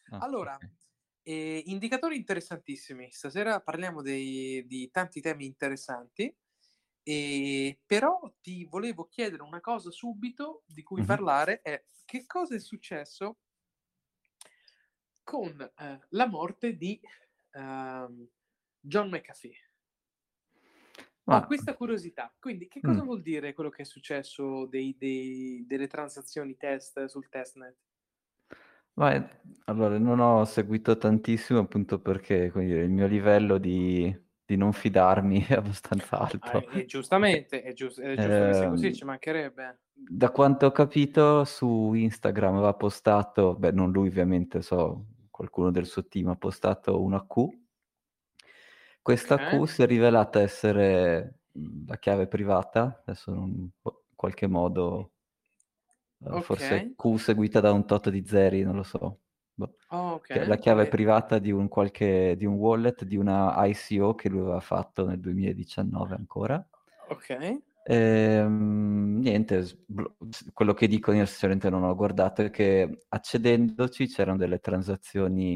Ah, Allora, ok. indicatori interessantissimi. Stasera parliamo di tanti temi interessanti, però ti volevo chiedere una cosa subito di cui Mhm. parlare, è che cosa è successo con la morte di John McAfee. Ho Ma, questa curiosità, quindi che mm, cosa vuol dire quello che è successo delle transazioni test sul testnet? ma allora non ho seguito tantissimo appunto perché come dire, il mio livello di non fidarmi è abbastanza alto. E giustamente, è giusto che sia così, Ehm, ci mancherebbe. Da quanto ho capito su Instagram aveva postato, beh non lui ovviamente, so, qualcuno del suo team ha postato una Q. Ok, Questa Q si è rivelata essere la chiave privata, adesso in qualche modo, ok, forse Q seguita da un tot di zeri, non lo so. Boh. oh, Che è la ok, chiave privata di di un wallet, di una ICO che lui aveva fatto nel 2019 ancora. ok, Niente, quello che dicono io sinceramente non ho guardato è che accedendoci c'erano delle transazioni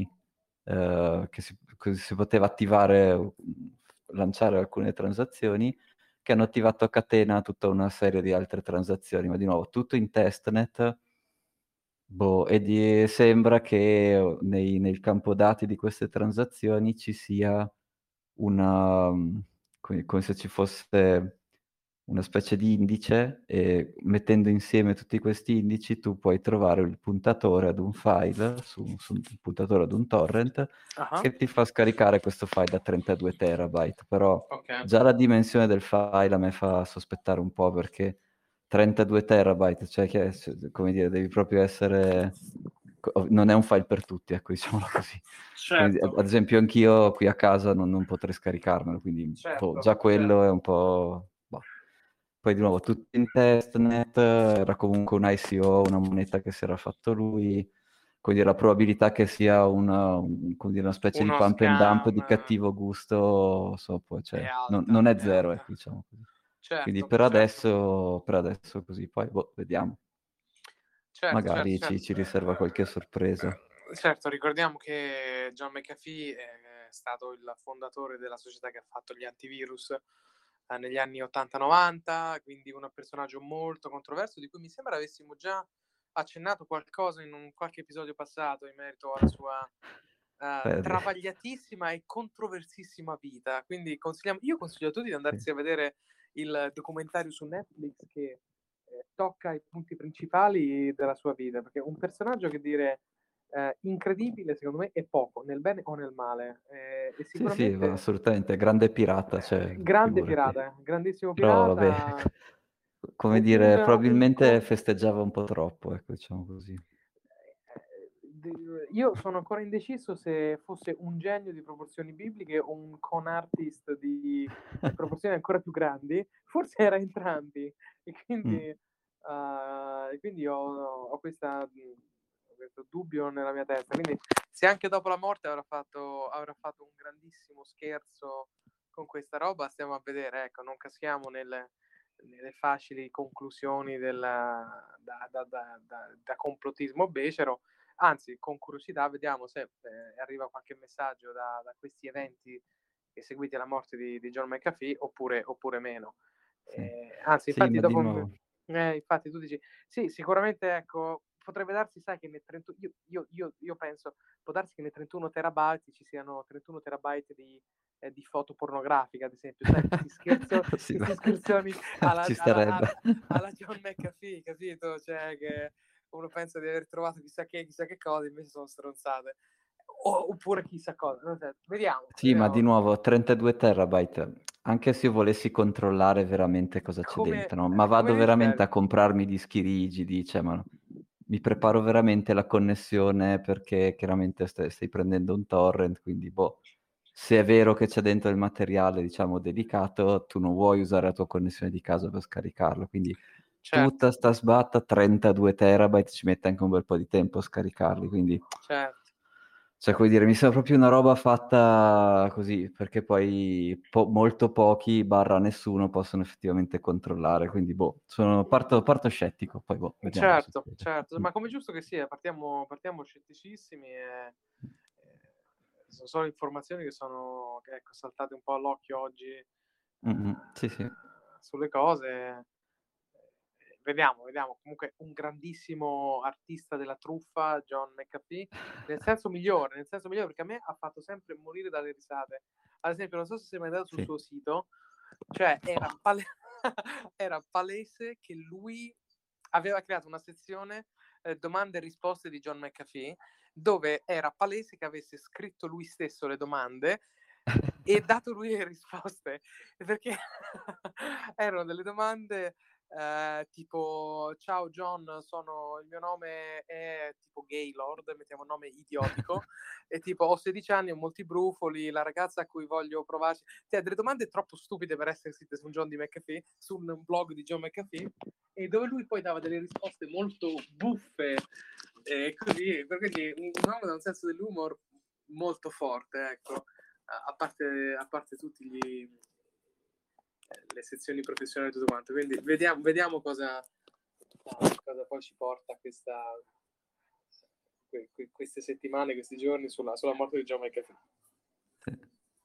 così si poteva attivare, lanciare alcune transazioni che hanno attivato a catena tutta una serie di altre transazioni, ma di nuovo tutto in testnet. Boh, sembra che nel campo dati di queste transazioni ci sia una, come se ci fosse una specie di indice e mettendo insieme tutti questi indici tu puoi trovare il puntatore ad un file, su un puntatore ad un torrent, ah, che ti fa scaricare questo file da 32 terabyte, però ok, già la dimensione del file a me fa sospettare un po' perché 32 terabyte, cioè che, come dire, devi proprio essere... Non è un file per tutti, ecco, diciamolo così. Quindi, certo, ad esempio, anch'io qui a casa non potrei scaricarmelo, quindi boh, certo, già quello è un po'... boh. Poi di nuovo, tutto in testnet, era comunque un ICO, una moneta che si era fatto lui, quindi la probabilità che sia come dire, una specie di uno pump and dump scam di cattivo gusto, è cioè, non alta, è è zero, alta, ecco, diciamo così. Quindi certo, certo, per adesso così, poi boh, vediamo. certo, certo, Magari certo. ci riserva qualche sorpresa. Certo, ricordiamo che John McAfee è stato il fondatore della società che ha fatto gli antivirus negli anni 80-90, quindi un personaggio molto controverso di cui mi sembra avessimo già accennato qualcosa in un qualche episodio passato in merito alla sua Beh, travagliatissima e controversissima vita. Quindi io consiglio a tutti di sì. andarsi a vedere il documentario su Netflix che tocca i punti principali della sua vita, perché un personaggio che dire incredibile secondo me è poco, nel bene o nel male. E Sì, sì, sicuramente assolutamente, grande pirata, cioè, grande figurati. pirata, grandissimo Però, vabbè, pirata, come dire, un probabilmente festeggiava un po' troppo, ecco, diciamo così. io sono ancora indeciso se fosse un genio di proporzioni bibliche o un con artist di proporzioni ancora più grandi, forse era entrambi, Mm, e quindi ho questo dubbio nella mia testa. Quindi se anche dopo la morte avrà fatto un grandissimo scherzo con questa roba, stiamo a vedere, ecco, non caschiamo nelle facili conclusioni da complottismo becero. Anzi, con curiosità vediamo se arriva qualche messaggio da questi eventi seguiti alla morte di John McAfee oppure meno. sì. Anzi, Sì, infatti, ma di nuovo, infatti tu dici, sì, sicuramente, ecco, potrebbe darsi, sai, che nei 31, io penso, può darsi che nei 31 terabyte ci siano 31 terabyte di foto pornografiche, ad esempio, sai, sì, questi scherzoni alla, ci alla, starebbe. alla, alla John McAfee, capito? Cioè, che uno pensa di aver trovato chissà che cosa, invece sono stronzate. Oppure chissà cosa. Non so, vediamo, Sì, ma di vediamo. nuovo 32 terabyte, anche se io volessi controllare veramente cosa c'è dentro, no? Ma Come vado nei veramente livelli. a comprarmi dischi rigidi, cioè, ma mi preparo veramente la connessione perché chiaramente stai prendendo un torrent, quindi boh, se è vero che c'è dentro il materiale, diciamo, dedicato, tu non vuoi usare la tua connessione di casa per scaricarlo, quindi Certo, tutta sta sbatta, 32 terabyte, ci mette anche un bel po' di tempo a scaricarli, quindi... certo. Cioè, come dire, mi sembra proprio una roba fatta così, perché poi molto pochi, barra nessuno, possono effettivamente controllare, quindi boh, parto scettico, poi boh, vediamo che Certo, succede. certo, ma come giusto che sia, partiamo scetticissimi sono solo informazioni che sono che, ecco, saltate un po' all'occhio oggi Sì, sì. sulle cose. Vediamo. Comunque un grandissimo artista della truffa, John McAfee, nel senso migliore perché a me ha fatto sempre morire dalle risate. Ad esempio, non so se sei mai andato sul Sì. suo sito, cioè No. era palese che lui aveva creato una sezione domande e risposte di John McAfee, dove era palese che avesse scritto lui stesso le domande e dato lui le risposte, perché erano delle domande tipo ciao John, il mio nome è tipo Gaylord, mettiamo un nome idiotico, e tipo ho 16 anni, ho molti brufoli, la ragazza a cui voglio provarci, cioè delle domande troppo stupide per essere scritte su John di McAfee, su un blog di John McAfee, e dove lui poi dava delle risposte molto buffe, e così, perché un uomo da un senso dell'humor molto forte, ecco, a parte tutti le sezioni professionali e tutto quanto. Quindi vediamo cosa poi ci porta queste settimane, questi giorni sulla morte di John McAfee. Sì.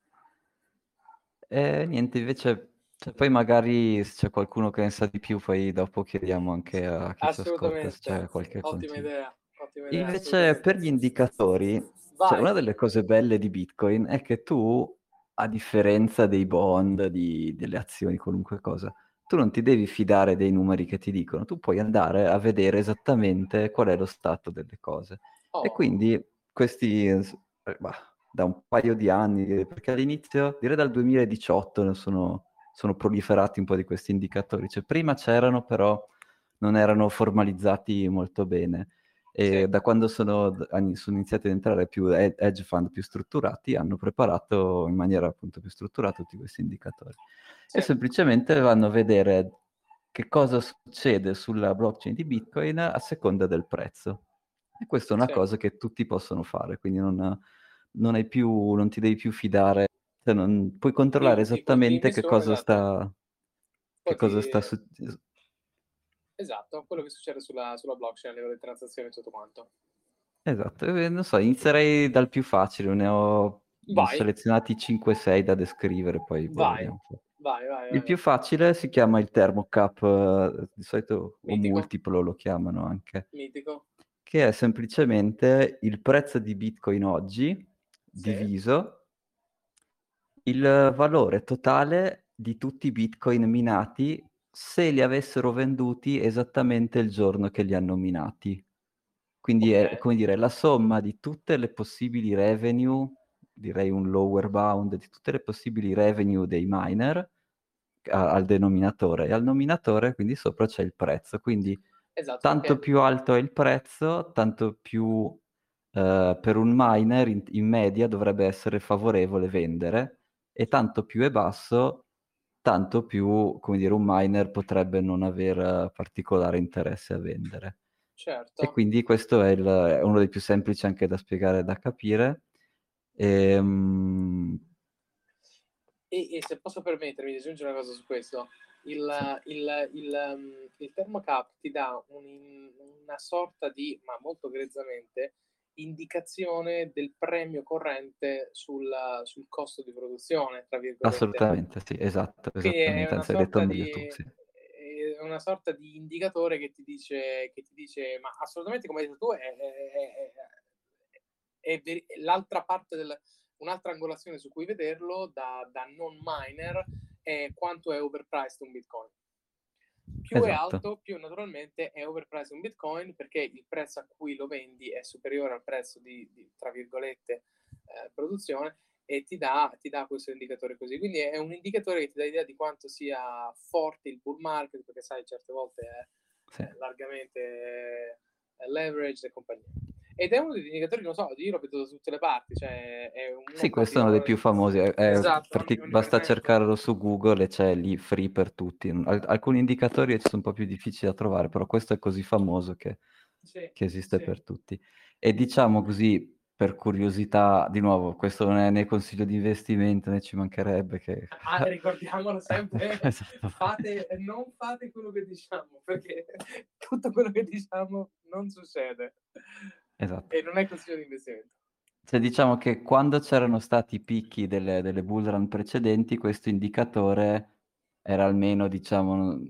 E niente, invece, cioè, poi magari se c'è qualcuno che ne sa di più, poi dopo chiediamo anche a chi ci ascolta se Assolutamente, c'è qualche ottima consiglio. idea, Invece assolutamente. per gli indicatori, cioè Vai. una delle cose belle di Bitcoin è che tu, a differenza dei bond, delle azioni, qualunque cosa, tu non ti devi fidare dei numeri che ti dicono, tu puoi andare a vedere esattamente qual è lo stato delle cose. E Oh, quindi questi, da un paio di anni, perché all'inizio, direi dal 2018, sono proliferati un po' di questi indicatori. Cioè prima c'erano, però non erano formalizzati molto bene. sì, E da quando sono iniziati ad entrare più hedge fund più strutturati, hanno preparato in maniera appunto più strutturata tutti questi indicatori. E sì, semplicemente vanno a vedere che cosa succede sulla blockchain di Bitcoin a seconda del prezzo. E questa è una sì. cosa che tutti possono fare, quindi non ti devi più fidare, cioè puoi controllare Dimmi esattamente solo, esatto. che Poi cosa sta succedendo. esatto, quello che succede sulla blockchain a livello di transazioni e tutto quanto. Esatto, non so, inizierei dal più facile, ne ho Vai, selezionati 5-6 da descrivere, poi boh, vai, vediamo un po'. Il vai. più facile si chiama il thermocap, di solito o Mitico, multiplo lo chiamano anche, mitico. che è semplicemente il prezzo di Bitcoin oggi Sì, diviso il valore totale di tutti i Bitcoin minati se li avessero venduti esattamente il giorno che li hanno minati. Quindi ok, è, come dire, la somma di tutte le possibili revenue, direi un lower bound, di tutte le possibili revenue dei miner al denominatore e al nominatore, quindi sopra c'è il prezzo. Quindi esatto, tanto perché più alto è il prezzo, tanto più per un miner in media dovrebbe essere favorevole vendere e tanto più è basso, tanto più, come dire, un miner potrebbe non avere particolare interesse a vendere. E certo. quindi questo è uno dei più semplici anche da spiegare e da capire. Ehm, E se posso permettermi di aggiungere una cosa su questo, sì, il thermocap ti dà una sorta di, ma molto grezzamente, indicazione del premio corrente sul costo di produzione, tra virgolette. assolutamente, sì, esatto, Quindi esattamente, anzi hai detto meglio tu, sì. è una sorta di indicatore che ti dice, ma assolutamente come hai detto tu, è l'altra parte un'altra angolazione su cui vederlo da non miner è quanto è overpriced un Bitcoin. Più è Esatto, alto, più naturalmente è overpriced un Bitcoin perché il prezzo a cui lo vendi è superiore al prezzo di tra virgolette, produzione e ti dà questo indicatore così. Quindi è un indicatore che ti dà idea di quanto sia forte il bull market, perché sai, certe volte sì. è largamente leverage e compagnia. Ed è uno degli indicatori, non so, io lo vedo da tutte le parti, cioè è Sì, uno questo è uno dei più famosi, esatto, basta onnipresente. cercarlo su Google e c'è lì free per tutti. Alcuni indicatori sono un po' più difficili da trovare, però questo è così famoso che Sì, esiste sì, per tutti. E diciamo così, per curiosità, di nuovo, questo non è né consiglio di investimento né ci mancherebbe che... Ricordiamolo sempre, Esatto. non fate quello che diciamo, perché tutto quello che diciamo non succede. Esatto. E non è consiglio di investimento. Cioè, diciamo che quando c'erano stati i picchi delle bull run precedenti, questo indicatore era almeno, diciamo,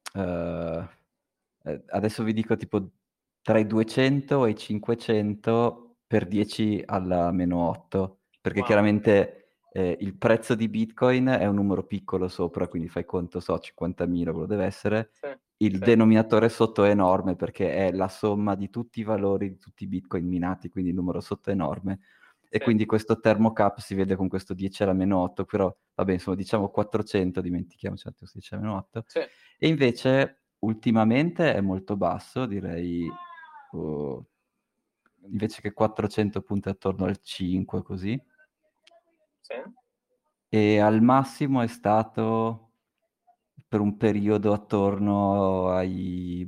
adesso vi dico tipo tra i 200 e i 500 per 10 alla meno 8, perché Wow. chiaramente il prezzo di Bitcoin è un numero piccolo sopra, quindi fai conto, so, 50.000, quello deve essere. Sì, Il sì, denominatore sotto è enorme perché è la somma di tutti i valori di tutti i Bitcoin minati, quindi il numero sotto è enorme. E sì, quindi questo thermocap si vede con questo 10 alla meno 8, però vabbè, insomma, diciamo 400, dimentichiamoci, questo 10 alla meno 8. sì. E invece ultimamente è molto basso, direi, oh, invece che 400 punti attorno al 5 così, Sì. e al massimo è stato per un periodo attorno ai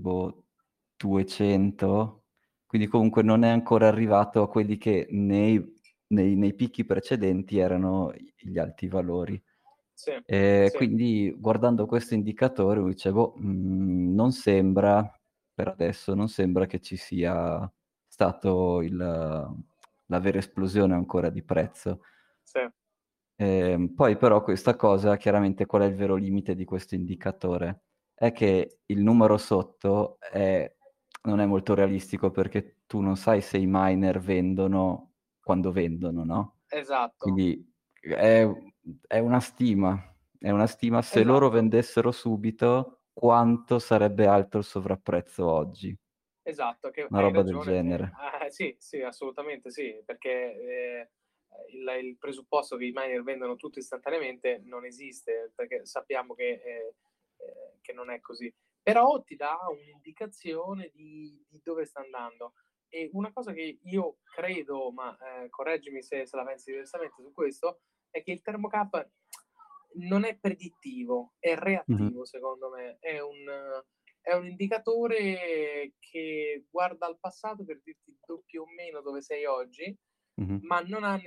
200, quindi comunque non è ancora arrivato a quelli che nei picchi precedenti erano gli alti valori. Sì, sì, Quindi guardando questo indicatore uno dice, boh, non sembra, per adesso, non sembra che ci sia stato la vera esplosione ancora di prezzo. sì, Poi però questa cosa, chiaramente qual è il vero limite di questo indicatore? È che il numero sotto non è molto realistico perché tu non sai se i miner vendono quando vendono, no? esatto, Quindi è, è una stima, è una stima se loro esatto, vendessero subito quanto sarebbe alto il sovrapprezzo oggi, esatto, che una hai roba del ragione. genere. Sì, sì, assolutamente sì, perché il presupposto che i miner vendano tutto istantaneamente non esiste, perché sappiamo che non è così. Però ti dà un'indicazione di dove sta andando. E una cosa che io credo, ma correggimi se la pensi diversamente su questo, è che il thermocap non è predittivo, è Mhm, reattivo secondo me, è un indicatore che guarda al passato per dirti più o meno dove sei oggi, mhm. ma non ha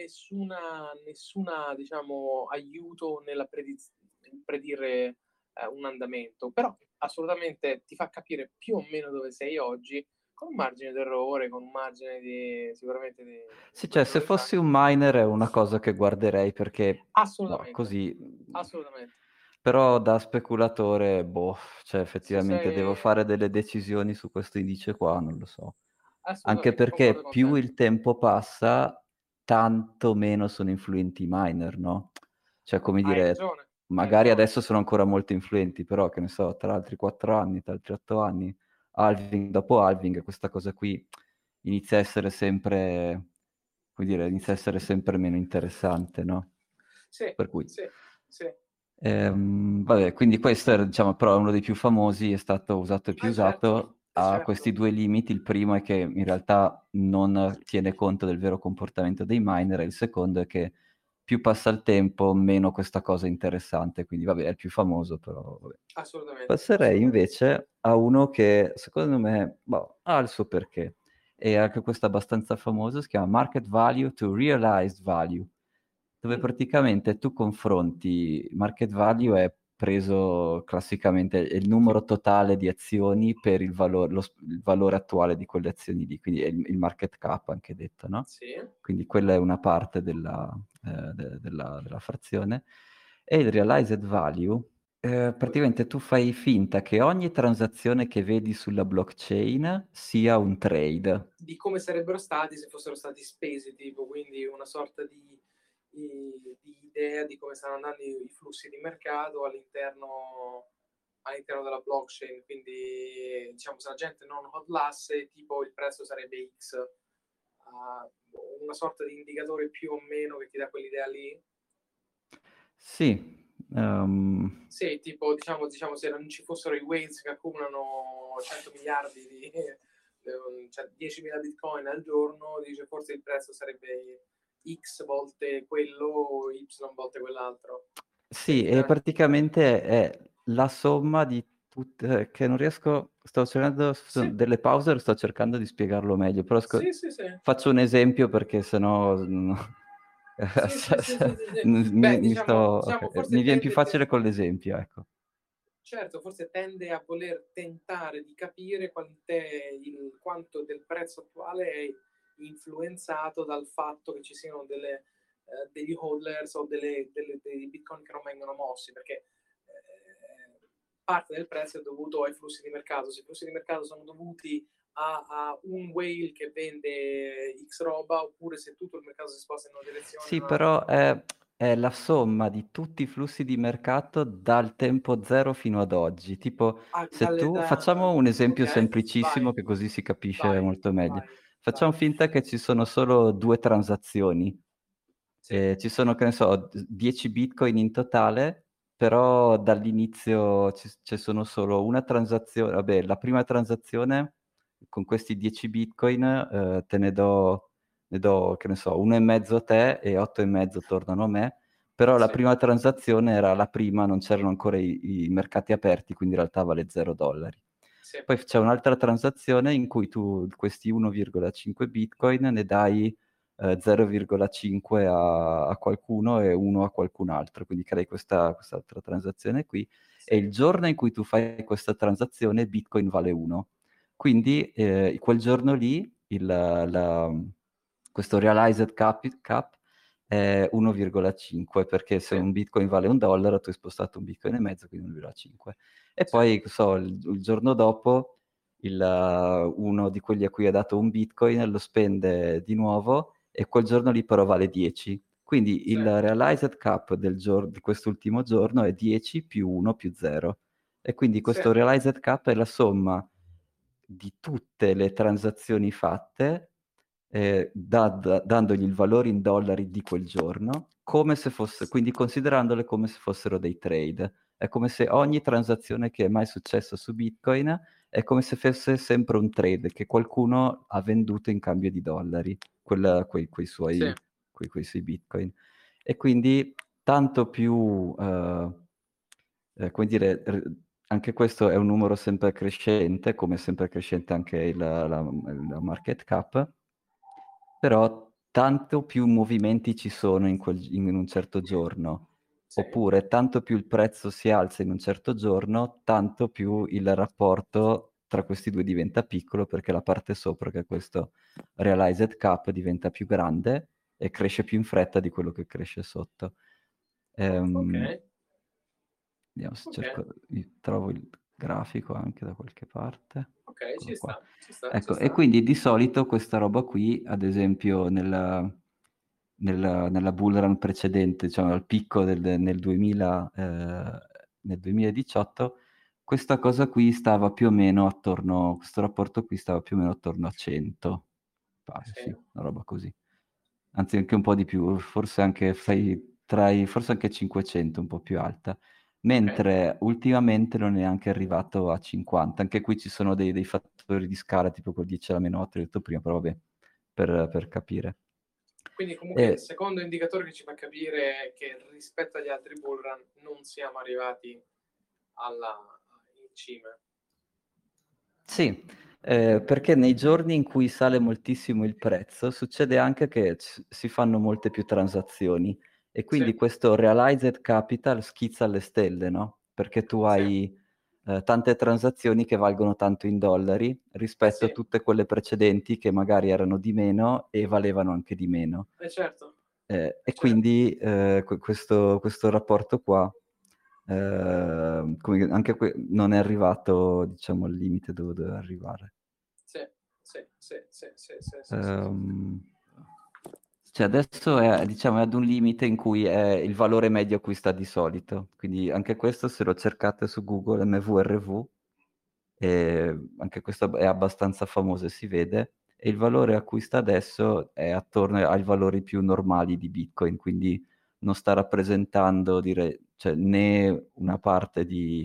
nessuna diciamo, aiuto nel predire un andamento. Però assolutamente ti fa capire più o meno dove sei oggi, con un margine d'errore, con un margine sicuramente Sì, di cioè se probabilità. fossi un miner è una cosa che guarderei perché, no, Assolutamente, così, assolutamente. però da speculatore, boh, cioè Se effettivamente devo sei fare delle decisioni su questo indice qua, non lo so. Anche assolutamente, concordo perché con più te. il tempo passa, tanto meno sono influenti i miner, no? Cioè, come Hai dire, ragione, hai magari ragione. adesso sono ancora molto influenti, però che ne so, tra altri 4 anni, tra altri 8 anni, halving dopo halving, questa cosa qui inizia a essere sempre, come dire, inizia a essere sempre meno interessante, no? Sì, Per cui, sì, sì. vabbè, quindi questo era, diciamo, però uno dei più famosi, è stato usato e più Certo, usato, ha certo. questi due limiti. Il primo è che in realtà non tiene conto del vero comportamento dei miner, e il secondo è che più passa il tempo, meno questa cosa è interessante. Quindi, vabbè, è il più famoso, però vabbè. Assolutamente, Passerei assolutamente. invece a uno che secondo me boh, ha il suo perché, e anche questo è abbastanza famoso, si chiama Market Value to Realized Value, dove Mm, praticamente tu confronti, market value è preso classicamente è il numero totale di azioni per il valore attuale di quelle azioni lì, quindi è il market cap anche detto, no? sì, Quindi quella è una parte della frazione. E il realized value, praticamente tu fai finta che ogni transazione che vedi sulla blockchain sia un trade. di come sarebbero stati se fossero stati spesi, tipo, quindi una sorta di idea di come stanno andando i flussi di mercato all'interno della blockchain. Quindi, diciamo, se la gente non hodlasse, tipo il prezzo sarebbe X, una sorta di indicatore più o meno che ti dà quell'idea lì. Sì, Sì, tipo, diciamo, se non ci fossero i whales che accumulano 100 miliardi cioè 10.000 bitcoin al giorno, dice forse il prezzo sarebbe X volte quello, Y volte quell'altro. sì, Quindi, e praticamente è la somma di che non riesco, sto cercando Sì, delle pause, sto cercando di spiegarlo meglio, però sì, sì, sì. faccio un esempio perché sennò Sì, sì, sì, sì, sì, sì. mi, Beh, mi diciamo, mi forse viene più facile con l'esempio, ecco. certo, forse tende a voler tentare di capire quanto del prezzo attuale è influenzato dal fatto che ci siano degli hodlers o dei bitcoin che non vengono mossi, perché parte del prezzo è dovuto ai flussi di mercato. Se i flussi di mercato sono dovuti a un whale che vende X roba, oppure se tutto il mercato si sposta in una direzione o in Sì, un'altra. però è la somma di tutti i flussi di mercato dal tempo zero fino ad oggi. Tipo, Ah, se tu facciamo un esempio ok, semplicissimo vai, che così si capisce vai, molto meglio. vai, Facciamo vai. finta che ci sono solo due transazioni. Sì, Ci sono, che ne so, 10 bitcoin in totale, però dall'inizio ci sono solo una transazione. Vabbè, la prima transazione con questi 10 bitcoin te ne do, che ne so, uno e mezzo a te e 8,5 tornano a me. Però la sì, prima transazione era la prima, non c'erano ancora i mercati aperti, quindi in realtà vale 0 dollari. sì, Poi c'è un'altra transazione in cui tu questi 1,5 bitcoin ne dai 0,5 a qualcuno e 1 a qualcun altro, quindi crei quest'altra transazione qui sì, e il giorno in cui tu fai questa transazione Bitcoin vale 1. Quindi quel giorno lì questo realized cap è 1,5 perché se sì, un Bitcoin vale un dollaro tu hai spostato un Bitcoin e mezzo, quindi 1,5. E sì, poi, so, il giorno dopo uno di quelli a cui ha dato un Bitcoin lo spende di nuovo e quel giorno lì però vale 10. Quindi sì, il realized cap di quest'ultimo giorno è 10 più 1 più 0. E quindi sì, questo realized cap è la somma di tutte le transazioni fatte, dandogli il valore in dollari di quel giorno, come se fosse, quindi considerandole come se fossero dei trade. È come se ogni transazione che è mai successa su Bitcoin è come se fosse sempre un trade che qualcuno ha venduto in cambio di dollari, sì, quei suoi Bitcoin. E quindi tanto più, come dire, anche questo è un numero sempre crescente, come è sempre crescente anche la market cap, però tanto più movimenti ci sono in un certo giorno, sì, oppure tanto più il prezzo si alza in un certo giorno, tanto più il rapporto tra questi due diventa piccolo perché la parte sopra, che è questo realized cap, diventa più grande e cresce più in fretta di quello che cresce sotto. ok, Vediamo se ok, trovo il grafico anche da qualche parte. ok, Eccolo ci qua. sta, ci sta, ci Ecco, e sta. quindi di solito questa roba qui, ad esempio nella bull run precedente, diciamo al picco nel 2018, questa cosa qui stava più o meno attorno, questo rapporto qui stava più o meno attorno a 100, pare, Sì, sì, una roba così. Anzi, anche un po' di più, forse anche, forse anche 500, un po' più alta. ok. Mentre ultimamente non è anche arrivato a 50. Anche qui ci sono dei fattori di scala, tipo col 10 alla meno 8, ho detto prima, però vabbè, per capire. Quindi comunque il E, secondo indicatore che ci fa capire che rispetto agli altri bull run non siamo arrivati in cima. Sì, perché nei giorni in cui sale moltissimo il prezzo succede anche che si fanno molte più transazioni e Sì, quindi questo realized capital schizza alle stelle, no? Perché tu sì, hai tante transazioni che valgono tanto in dollari rispetto a sì, tutte quelle precedenti che magari erano di meno e valevano anche di meno. certo, E certo. quindi questo rapporto qua anche non è arrivato, diciamo, al limite dove doveva arrivare. Sì, sì, sì, sì, sì, sì, sì, sì, sì. Ehm, cioè adesso è, diciamo, è ad un limite in cui è il valore medio a cui sta di solito. Quindi anche questo, se lo cercate su Google, MVRV, anche questo è abbastanza famoso e si vede. E il valore a cui sta adesso è attorno ai valori più normali di Bitcoin, quindi non sta rappresentando cioè, né una parte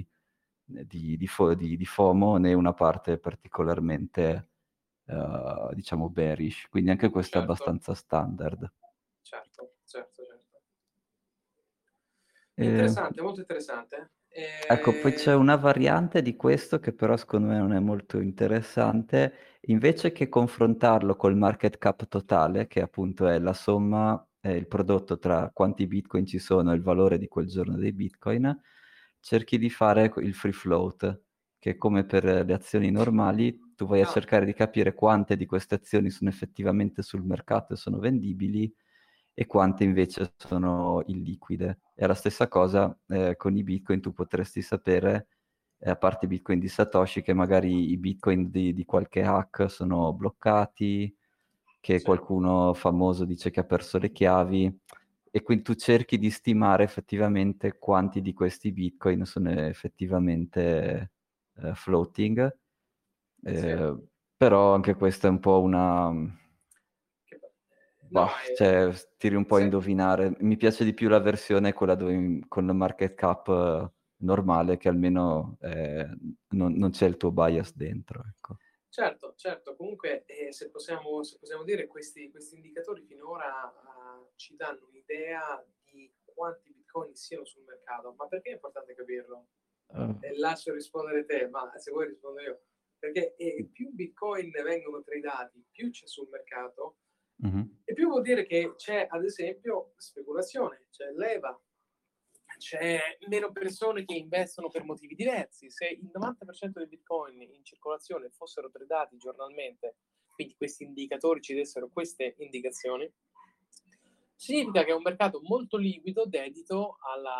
di FOMO né una parte particolarmente, diciamo, bearish. Quindi anche questo è Certo, abbastanza standard. certo, certo, certo. Eh, Interessante, molto interessante. Ecco, poi c'è Eh, una variante di questo che però secondo me non è molto interessante. Invece che confrontarlo col market cap totale, che appunto è la somma, il prodotto tra quanti bitcoin ci sono e il valore di quel giorno dei bitcoin, cerchi di fare il free float, che come per le azioni normali, tu vai a ah, cercare di capire quante di queste azioni sono effettivamente sul mercato e sono vendibili e quante invece sono illiquide. È la stessa cosa con i Bitcoin, tu potresti sapere, a parte i Bitcoin di Satoshi, che magari i Bitcoin di qualche hack sono bloccati, che sì, qualcuno famoso dice che ha perso le chiavi, e quindi tu cerchi di stimare effettivamente quanti di questi Bitcoin sono effettivamente floating. sì. Eh, Però anche questa è un po' una... Che- Bah, no, cioè, tiri un po' a sì. indovinare. Mi piace di più la versione quella dove con il market cap normale, che almeno non c'è il tuo bias dentro, ecco. Certo, certo, comunque se possiamo dire questi indicatori finora ci danno un'idea di quanti bitcoin siano sul mercato, ma perché è importante capirlo? Eh, Lascio rispondere te, ma se vuoi rispondo io, perché più bitcoin vengono tradati, più c'è sul mercato, mhm, e più vuol dire che c'è ad esempio speculazione, c'è leva, c'è meno persone che investono per motivi diversi. Se il 90% dei bitcoin in circolazione fossero tradati giornalmente, quindi questi indicatori ci dessero queste indicazioni, significa che è un mercato molto liquido dedito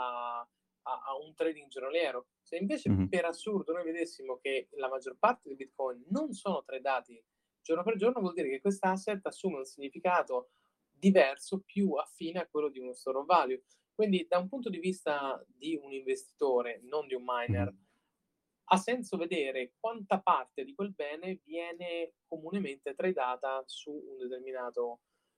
a un trading giornaliero. Se invece mhm, per assurdo noi vedessimo che la maggior parte dei bitcoin non sono tradati giorno per giorno, vuol dire che questo asset assume un significato diverso, più affine a quello di uno store of value. Quindi da un punto di vista di un investitore, non di un miner, mhm, ha senso vedere quanta parte di quel bene viene comunemente tradata su un determinato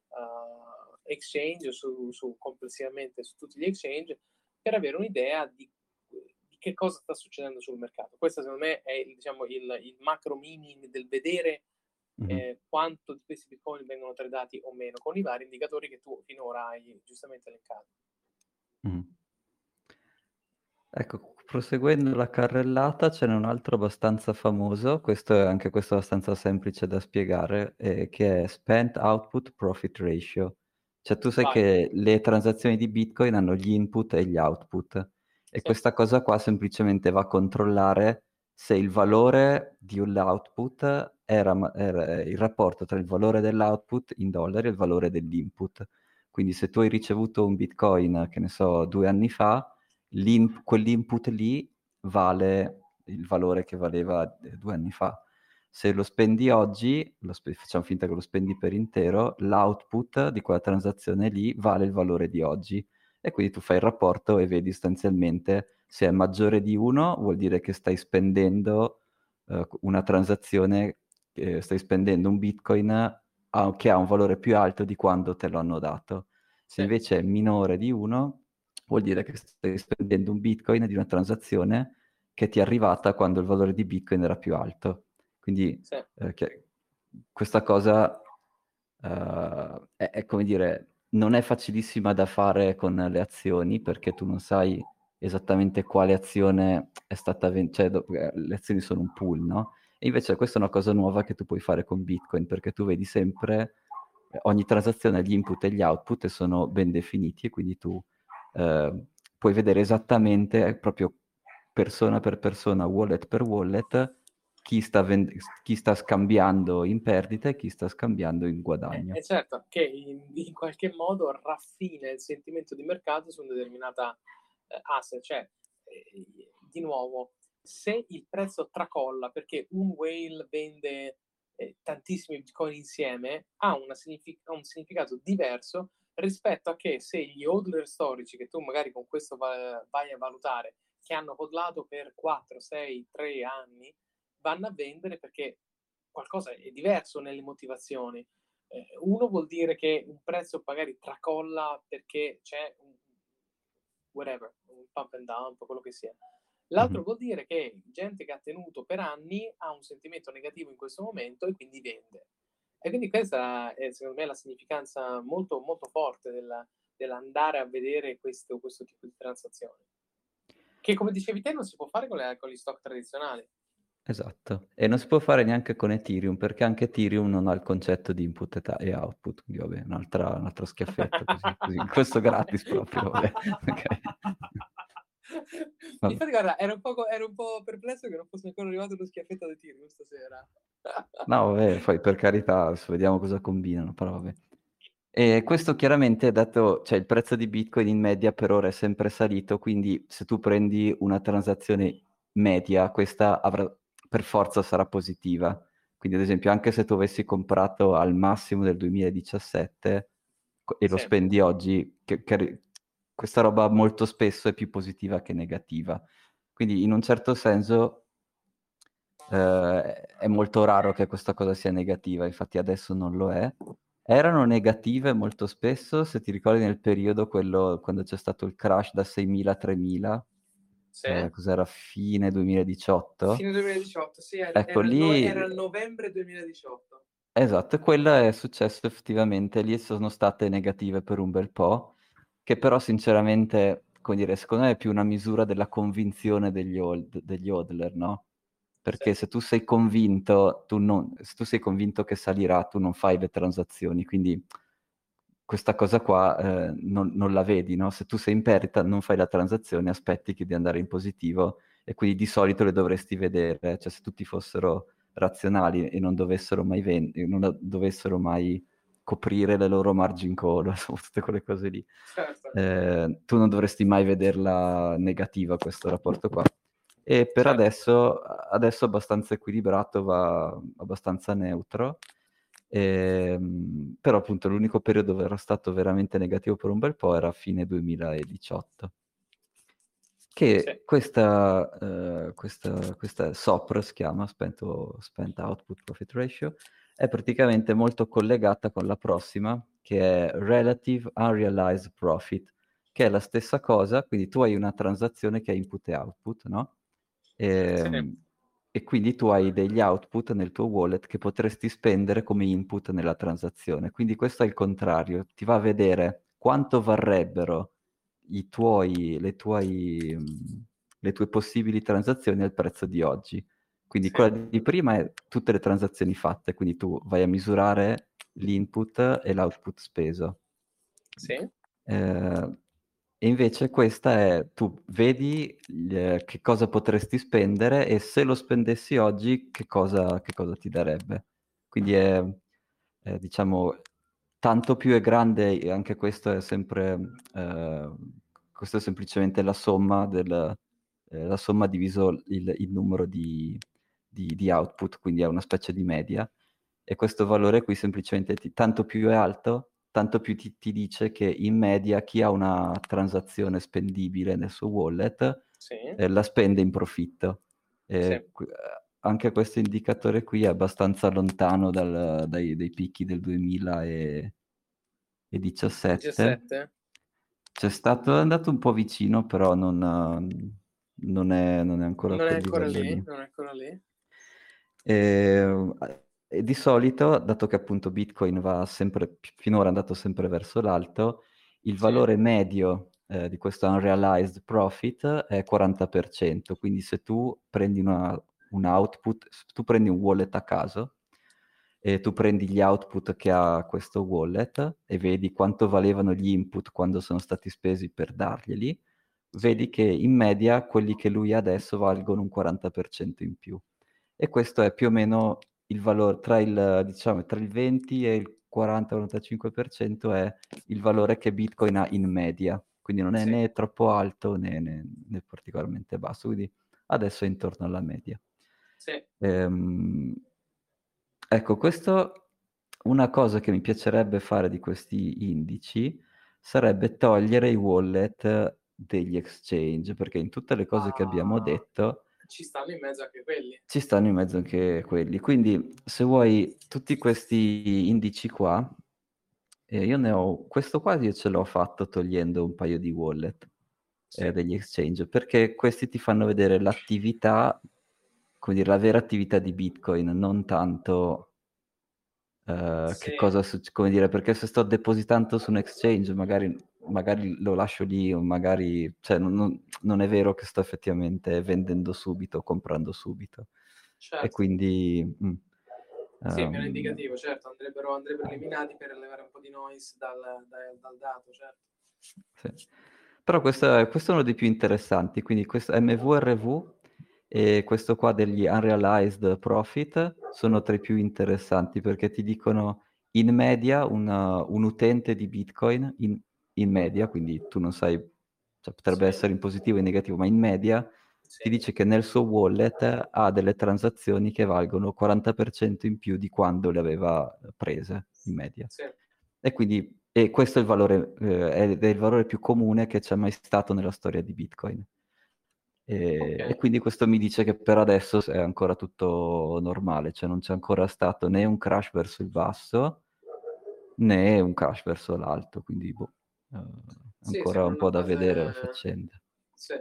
exchange, complessivamente su tutti gli exchange, per avere un'idea di che cosa sta succedendo sul mercato. Questo secondo me è diciamo, il macro meaning del vedere mhm, quanto di questi bitcoin vengono tradati o meno, con i vari indicatori che tu finora hai giustamente elencato. mhm. Ecco, proseguendo la carrellata, ce n'è un altro abbastanza famoso, questo è anche questo abbastanza semplice da spiegare, che è Spent Output Profit Ratio. Cioè tu sai Vai, che le transazioni di Bitcoin hanno gli input e gli output, e sì, questa cosa qua semplicemente va a controllare se il valore di un output era il rapporto tra il valore dell'output in dollari e il valore dell'input. Quindi se tu hai ricevuto un Bitcoin, che ne so, 2 anni fa, quell'input lì vale il valore che valeva 2 anni fa. Se lo spendi oggi, facciamo finta che lo spendi per intero, l'output di quella transazione lì vale il valore di oggi. E quindi tu fai il rapporto e vedi sostanzialmente se è maggiore di 1, vuol dire che stai spendendo una transazione, stai spendendo un Bitcoin che ha un valore più alto di quando te lo hanno dato. Se sì, invece è minore di 1, vuol dire che stai spendendo un Bitcoin di una transazione che ti è arrivata quando il valore di Bitcoin era più alto. Quindi sì. questa cosa è come dire, non è facilissima da fare con le azioni perché tu non sai esattamente quale azione è stata cioè le azioni sono un pool, no? E invece questa è una cosa nuova che tu puoi fare con Bitcoin perché tu vedi sempre ogni transazione ha gli input e gli output e sono ben definiti e quindi tu puoi vedere esattamente, proprio persona per persona, wallet per wallet, chi sta scambiando in perdita e chi sta scambiando in guadagno. È certo che in qualche modo raffina il sentimento di mercato su una determinata asset, cioè di nuovo, se il prezzo tracolla perché un whale vende tantissimi bitcoin insieme, ha un significato diverso rispetto a che se gli hodler storici che tu magari con questo vai a valutare, che hanno hodlato per 4, 6, 3 anni, vanno a vendere perché qualcosa è diverso nelle motivazioni. Uno vuol dire che un prezzo magari tracolla perché c'è un whatever, un pump and dump, quello che sia. L'altro Mhm. vuol dire che gente che ha tenuto per anni ha un sentimento negativo in questo momento e quindi vende. E quindi questa è secondo me la significanza molto, molto forte dell'andare a vedere questo tipo di transazioni. Che come dicevi te non si può fare con gli stock tradizionali. Esatto, e non si può fare neanche con Ethereum, perché anche Ethereum non ha il concetto di input e output, quindi vabbè, un altro schiaffetto così. Questo gratis proprio, vabbè. Ok. Vabbè. Infatti, guarda, ero un po' perplesso che non fosse ancora arrivato lo schiaffetto di tiro stasera. No, vabbè, poi per carità, adesso vediamo cosa combinano, però vabbè. E questo chiaramente è dato, cioè il prezzo di Bitcoin in media per ora è sempre salito, quindi se tu prendi una transazione media, questa per forza sarà positiva. Quindi ad esempio anche se tu avessi comprato al massimo del 2017 e lo Sì, spendi oggi, questa roba molto spesso è più positiva che negativa. Quindi in un certo senso è molto raro che questa cosa sia negativa, infatti adesso non lo è. Erano negative molto spesso, se ti ricordi nel periodo quello quando c'è stato il crash da 6.000 a 3.000, sì. cos'era fine 2018? Fine 2018, sì, Ecco era lì, il novembre 2018. esatto, e quello è successo effettivamente, lì sono state negative per un bel po', che però sinceramente, come dire, secondo me è più una misura della convinzione degli hodler, no? Sì, Perché se tu sei convinto, se tu sei convinto che salirà, tu non fai le transazioni, quindi questa cosa qua non la vedi, no? Se tu sei in perdita, non fai la transazione, aspetti che di andare in positivo e quindi di solito le dovresti vedere, cioè se tutti fossero razionali e non dovessero mai dovessero mai coprire le loro margin call, insomma, tutte quelle cose lì. certo, Tu non dovresti mai vederla negativa questo rapporto qua. E per certo. adesso abbastanza equilibrato, va abbastanza neutro. Però appunto l'unico periodo dove era stato veramente negativo per un bel po' era fine 2018. Sì, Che questa SOPR si chiama, Spent Output Profit Ratio, è praticamente molto collegata con la prossima, che è Relative Unrealized Profit, che è la stessa cosa, quindi tu hai una transazione che è input e output, no? sì, E quindi tu hai degli output nel tuo wallet che potresti spendere come input nella transazione. Quindi questo è il contrario, ti va a vedere quanto varrebbero le tue possibili transazioni al prezzo di oggi. Quindi sì, quella di prima è tutte le transazioni fatte, quindi tu vai a misurare l'input e l'output speso. sì, Eh, e invece questa è, tu vedi che cosa potresti spendere e se lo spendessi oggi che cosa ti darebbe. Quindi diciamo, tanto più è grande, e anche questo è sempre, questo è semplicemente la somma diviso il numero di output, quindi è una specie di media. E questo valore qui semplicemente tanto più è alto, tanto più ti dice che in media chi ha una transazione spendibile nel suo wallet sì, la spende in profitto. sì. Anche questo indicatore qui è abbastanza lontano dai picchi del 2017. 17? È andato un po' vicino, però non è ancora a Non è quel ancora livello lì, lì. non è ancora lì. E, e di solito, dato che appunto Bitcoin va sempre, finora è andato sempre verso l'alto, il Sì, valore medio di questo unrealized profit è 40%, quindi se tu prendi un output, se tu prendi un wallet a caso e tu prendi gli output che ha questo wallet e vedi quanto valevano gli input quando sono stati spesi per darglieli, sì, vedi che in media quelli che lui ha adesso valgono un 40% in più. E questo è più o meno il valore diciamo, tra il 20 e il 40-45% è il valore che Bitcoin ha in media. Quindi non è sì, né troppo alto né particolarmente basso. Quindi adesso è intorno alla media. sì. Ehm, ecco, questo, una cosa che mi piacerebbe fare di questi indici sarebbe togliere i wallet degli exchange, perché in tutte le cose che abbiamo Ah, detto ci stanno in mezzo anche quelli. ci stanno in mezzo anche quelli. Quindi, se vuoi, tutti questi indici qua, io ne ho, questo qua io ce l'ho fatto togliendo un paio di wallet Sì, degli exchange, perché questi ti fanno vedere l'attività, come dire, la vera attività di Bitcoin, non tanto che sì, cosa, come dire, perché se sto depositando su un exchange, magari magari lo lascio lì, o magari, cioè, non è vero che sto effettivamente vendendo subito, comprando subito. E Certo. quindi... Sì, è meno indicativo, certo, andrebbero eliminati per levare un po' di noise dal dato, certo. Sì. Però questo è uno dei più interessanti, quindi questo MVRV e questo qua degli Unrealized Profit sono tra i più interessanti perché ti dicono in media un utente di Bitcoin, in media, quindi tu non sai, cioè, potrebbe Sì, essere in positivo o in negativo, ma in media ti sì, dice che nel suo wallet ha delle transazioni che valgono 40% in più di quando le aveva prese in media. sì. E quindi questo è il valore, è il valore più comune che c'è mai stato nella storia di Bitcoin. Ok. E quindi questo mi dice che per adesso è ancora tutto normale, cioè non c'è ancora stato né un crash verso il basso né un crash verso l'alto, quindi Sì, ancora sembra un una po' da fase... vedere la faccenda. Sì.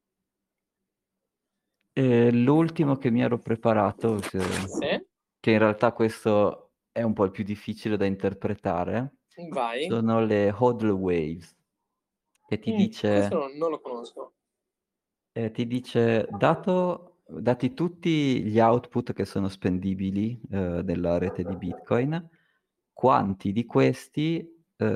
E l'ultimo che mi ero preparato, Sì? che in realtà questo è un po' il più difficile da interpretare, Vai. sono le hodl waves, che Questo non lo conosco. ti dice, dati tutti gli output che sono spendibili nella rete di Bitcoin, quanti di questi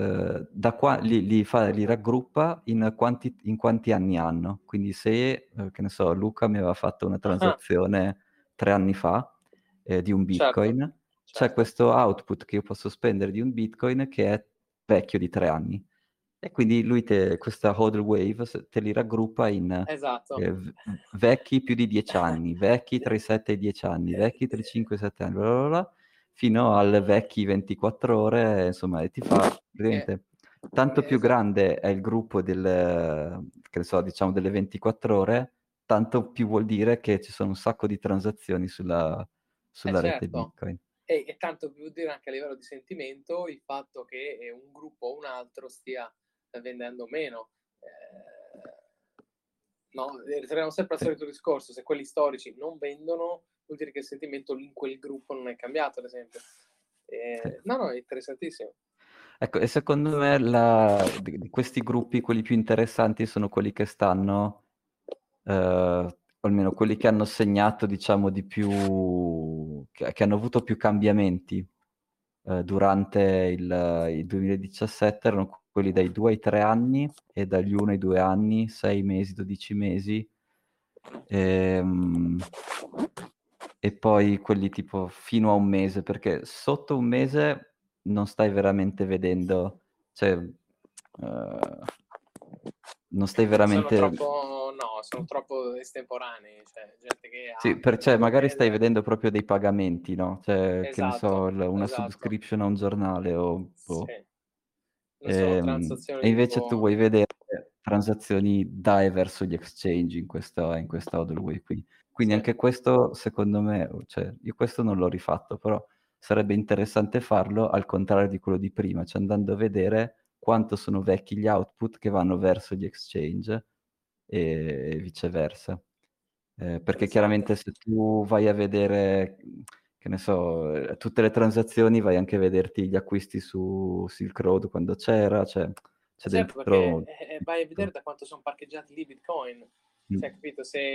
li raggruppa in quanti anni hanno. Quindi se, che ne so, Luca mi aveva fatto una Ah, transazione 3 anni fa di un certo, Bitcoin, c'è certo. questo output che io posso spendere di un Bitcoin che è vecchio di 3 anni. E quindi lui questa hodl wave te li raggruppa in Esatto. vecchi più di 10 anni, vecchi tra i 7 e i 10 anni, vecchi tra i 5 e i 7 anni, bla bla bla, fino al vecchi 24 ore, insomma, e ti fa, Eh, praticamente, tanto più esatto. grande è il gruppo che ne so, diciamo delle 24 ore, tanto più vuol dire che ci sono un sacco di transazioni sulla rete Certo. Bitcoin. E tanto vuol dire anche a livello di sentimento il fatto che un gruppo o un altro stia vendendo meno. No, ritorniamo sempre al Sì, solito discorso, se quelli storici non vendono, vuol dire che il sentimento in quel gruppo non è cambiato, ad esempio. sì. No, è interessantissimo. Ecco, e secondo me di questi gruppi, quelli più interessanti sono quelli che stanno, o almeno quelli che hanno segnato, diciamo, di più, che hanno avuto più cambiamenti durante il 2017, erano quelli dai 2 ai 3 anni e dagli 1 ai 2 anni, 6 mesi, 12 mesi. Ehm, e poi quelli tipo fino a un mese, perché sotto un mese non stai veramente vedendo, cioè non stai veramente... Sono troppo estemporanei, cioè gente che Sì, ha cioè, un magari stai mese. vedendo proprio dei pagamenti, no? Cioè, che ne so, Esatto, una esatto. subscription a un giornale o... boh. Sì. Non sono E transazioni invece tu tipo... vuoi vedere transazioni da e verso gli exchange in questa hodl wave qui. Quindi Sì, anche questo, secondo me, cioè, io questo non l'ho rifatto, però sarebbe interessante farlo al contrario di quello di prima, cioè andando a vedere quanto sono vecchi gli output che vanno verso gli exchange e viceversa. Perché esatto. chiaramente se tu vai a vedere, che ne so, tutte le transazioni, vai anche a vederti gli acquisti su Silk Road quando c'era, cioè c'è Certo, perché dentro... vai a vedere da quanto sono parcheggiati lì Bitcoin. Cioè, Mm. capito? Se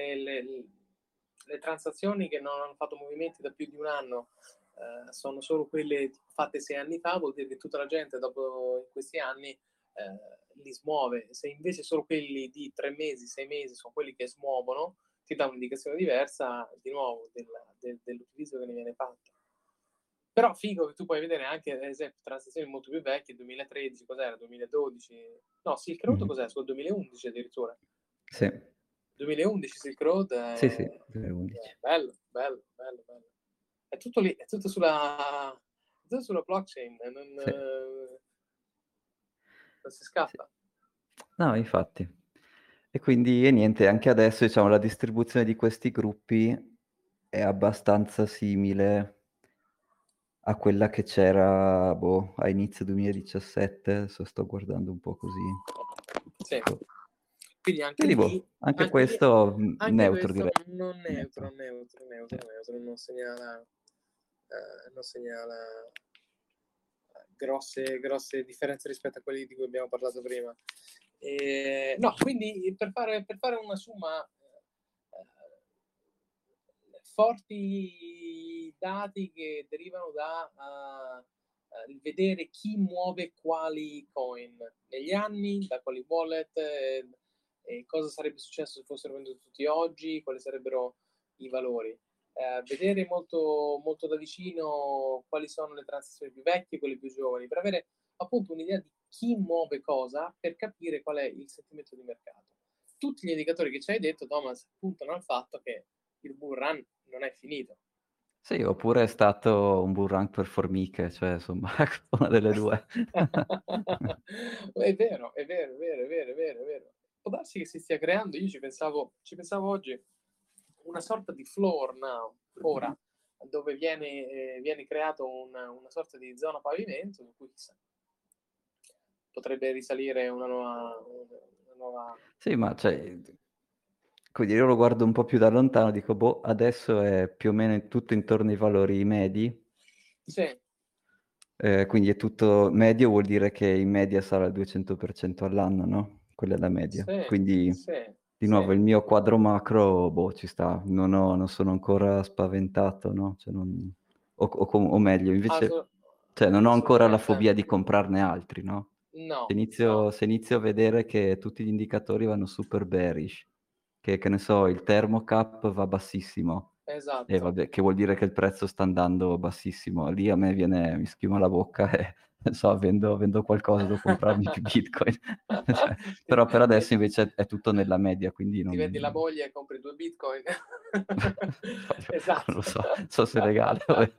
le transazioni che non hanno fatto movimenti da più di un anno sono solo quelle fatte 6 anni fa, vuol dire che tutta la gente dopo in questi anni li smuove. Se invece solo quelli di 3 mesi, 6 mesi sono quelli che smuovono, ti dà un'indicazione diversa di nuovo dell'utilizzo che ne viene fatto. Però figo che tu puoi vedere anche, ad esempio, transazioni molto più vecchie, 2013, cos'era? 2012? No, Silk Road Mhm. cos'è? Sul 2011 addirittura. Sì, 2011 Silk Road sì, sì, è 2011. bello, bello, bello, bello. È tutto lì, è tutto sulla blockchain, Sì, non si sì. scappa. No, infatti. E quindi, e niente, anche adesso, diciamo, la distribuzione di questi gruppi è abbastanza simile a quella che c'era, boh, a inizio 2017, adesso sto guardando un po' così. Sì. Boh. Quindi anche Quindi, lì, boh, anche anche lì, questo anche neutro, questo direi. non neutro, Neutro. neutro, Sì. neutro, neutro, non segnala grosse differenze rispetto a quelli di cui abbiamo parlato prima. No, quindi per fare una somma, forti dati che derivano da vedere chi muove quali coin negli anni, da quali wallet, e cosa sarebbe successo se fossero venduti tutti oggi, quali sarebbero i valori. Vedere molto, molto da vicino quali sono le transazioni più vecchie, quelle più giovani, per avere appunto un'idea di chi muove cosa, per capire qual è il sentimento di mercato. Tutti gli indicatori che ci hai detto, Thomas, puntano al fatto che il bull run non è finito. Sì, oppure è stato un bull run per formiche, cioè insomma, una delle due. È vero, è vero, è vero, è vero, è vero, è vero. Può darsi che si stia creando, io ci pensavo oggi, una sorta di floor now, ora, dove viene creato una sorta di zona pavimento, in cui chissà, potrebbe risalire una nuova... Sì, ma cioè, quindi io lo guardo un po' più da lontano, dico, boh, adesso è più o meno tutto intorno ai valori medi, Sì, quindi è tutto medio, vuol dire che in media sarà il 200% all'anno, no? Quella è la media. sì, Quindi, sì, di nuovo, sì. il mio quadro macro, boh, ci sta, non sono ancora spaventato, no? Cioè, o meglio, invece, cioè, non ho ancora la Assolutamente. fobia di comprarne altri, no? Se No, no, inizio, se inizio a vedere che tutti gli indicatori vanno super bearish, che ne so, il thermocap va bassissimo, e esatto. vabbè, che vuol dire che il prezzo sta andando bassissimo. Lì a me mi schiuma la bocca e non so, vendo qualcosa, devo comprarmi più Bitcoin. Cioè, Ti, però per adesso ti- invece è tutto nella media, quindi ti vendi la non... moglie e compri 2 Bitcoin. Non Esatto. lo so, non so se è legale. Vabbè.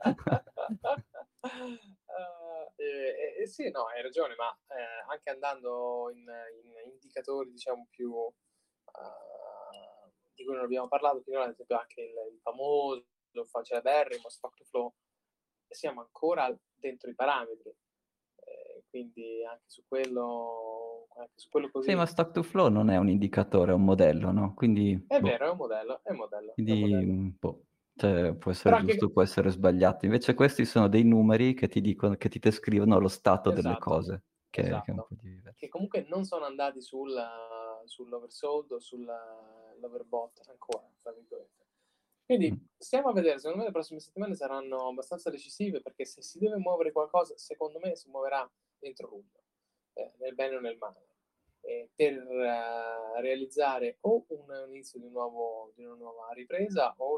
Sì, no, hai ragione, ma anche andando in indicatori, diciamo, più di cui non abbiamo parlato finora, ad esempio anche il famoso, celeberrimo stock to flow, siamo ancora dentro i parametri. Quindi anche su quello Sì, ma così. stock to flow non è un indicatore, è un modello, no? Quindi, È boh. vero, è un modello, è un modello, è un Quindi, modello. boh, cioè, può essere Però giusto, anche... può essere sbagliato. Invece questi sono dei numeri che ti dicono, che ti descrivono lo stato delle Esatto, cose, che è un esatto. po' diverso. Che comunque non sono andati sull'oversold o sull'overbought ancora, tra virgolette. Mm. Quindi stiamo a vedere, secondo me le prossime settimane saranno abbastanza decisive, perché se si deve muovere qualcosa, secondo me si muoverà entro luglio, nel bene o nel male, per realizzare o un inizio di una nuova ripresa o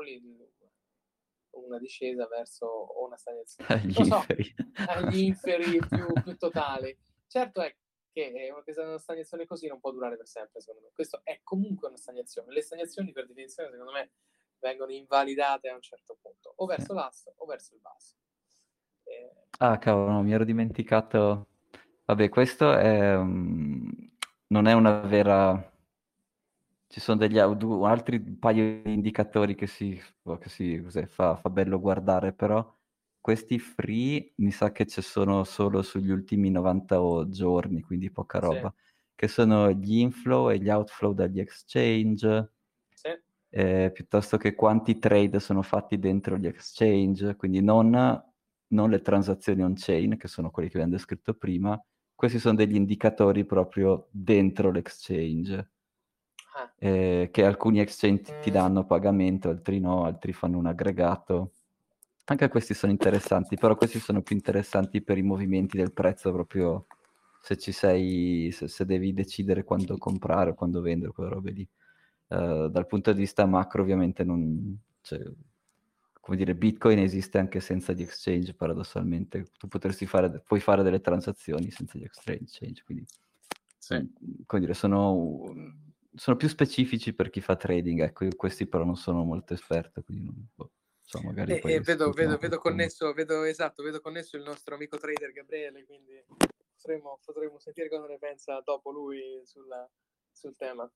una discesa verso o una stagnazione. Gli Non so, inferi. agli inferi più totali. Certo è che una stagnazione così non può durare per sempre, secondo me. Questo è comunque una stagnazione. Le stagnazioni, per definizione, secondo me, vengono invalidate a un certo punto, o Sì. verso l'asso o verso il basso. Eh, Ah, cavolo, no, mi ero dimenticato. Vabbè, questo è, non è una vera... Ci sono altri paio di indicatori cos'è, fa bello guardare, però questi free mi sa che ci sono solo sugli ultimi 90 giorni, quindi poca sì, roba, che sono gli inflow e gli outflow dagli exchange, sì, piuttosto che quanti trade sono fatti dentro gli exchange, quindi non le transazioni on-chain, che sono quelli che abbiamo descritto prima, questi sono degli indicatori proprio dentro l'exchange, ah, che alcuni exchange ti danno a pagamento, altri no, altri fanno un aggregato. Anche questi sono interessanti, però questi sono più interessanti per i movimenti del prezzo, proprio se ci sei, se devi decidere quando comprare o quando vendere, quelle robe lì. Dal punto di vista macro, ovviamente, non, cioè, come dire, Bitcoin esiste anche senza gli exchange, paradossalmente. Tu puoi fare delle transazioni senza gli exchange, quindi sì. come dire, sono più specifici per chi fa trading, ecco, io questi però non sono molto esperto, quindi non boh, so, magari poi sentiamo qualcuno. Vedo connesso il nostro amico trader Gabriele, quindi potremo sentire cosa ne pensa dopo lui sul tema.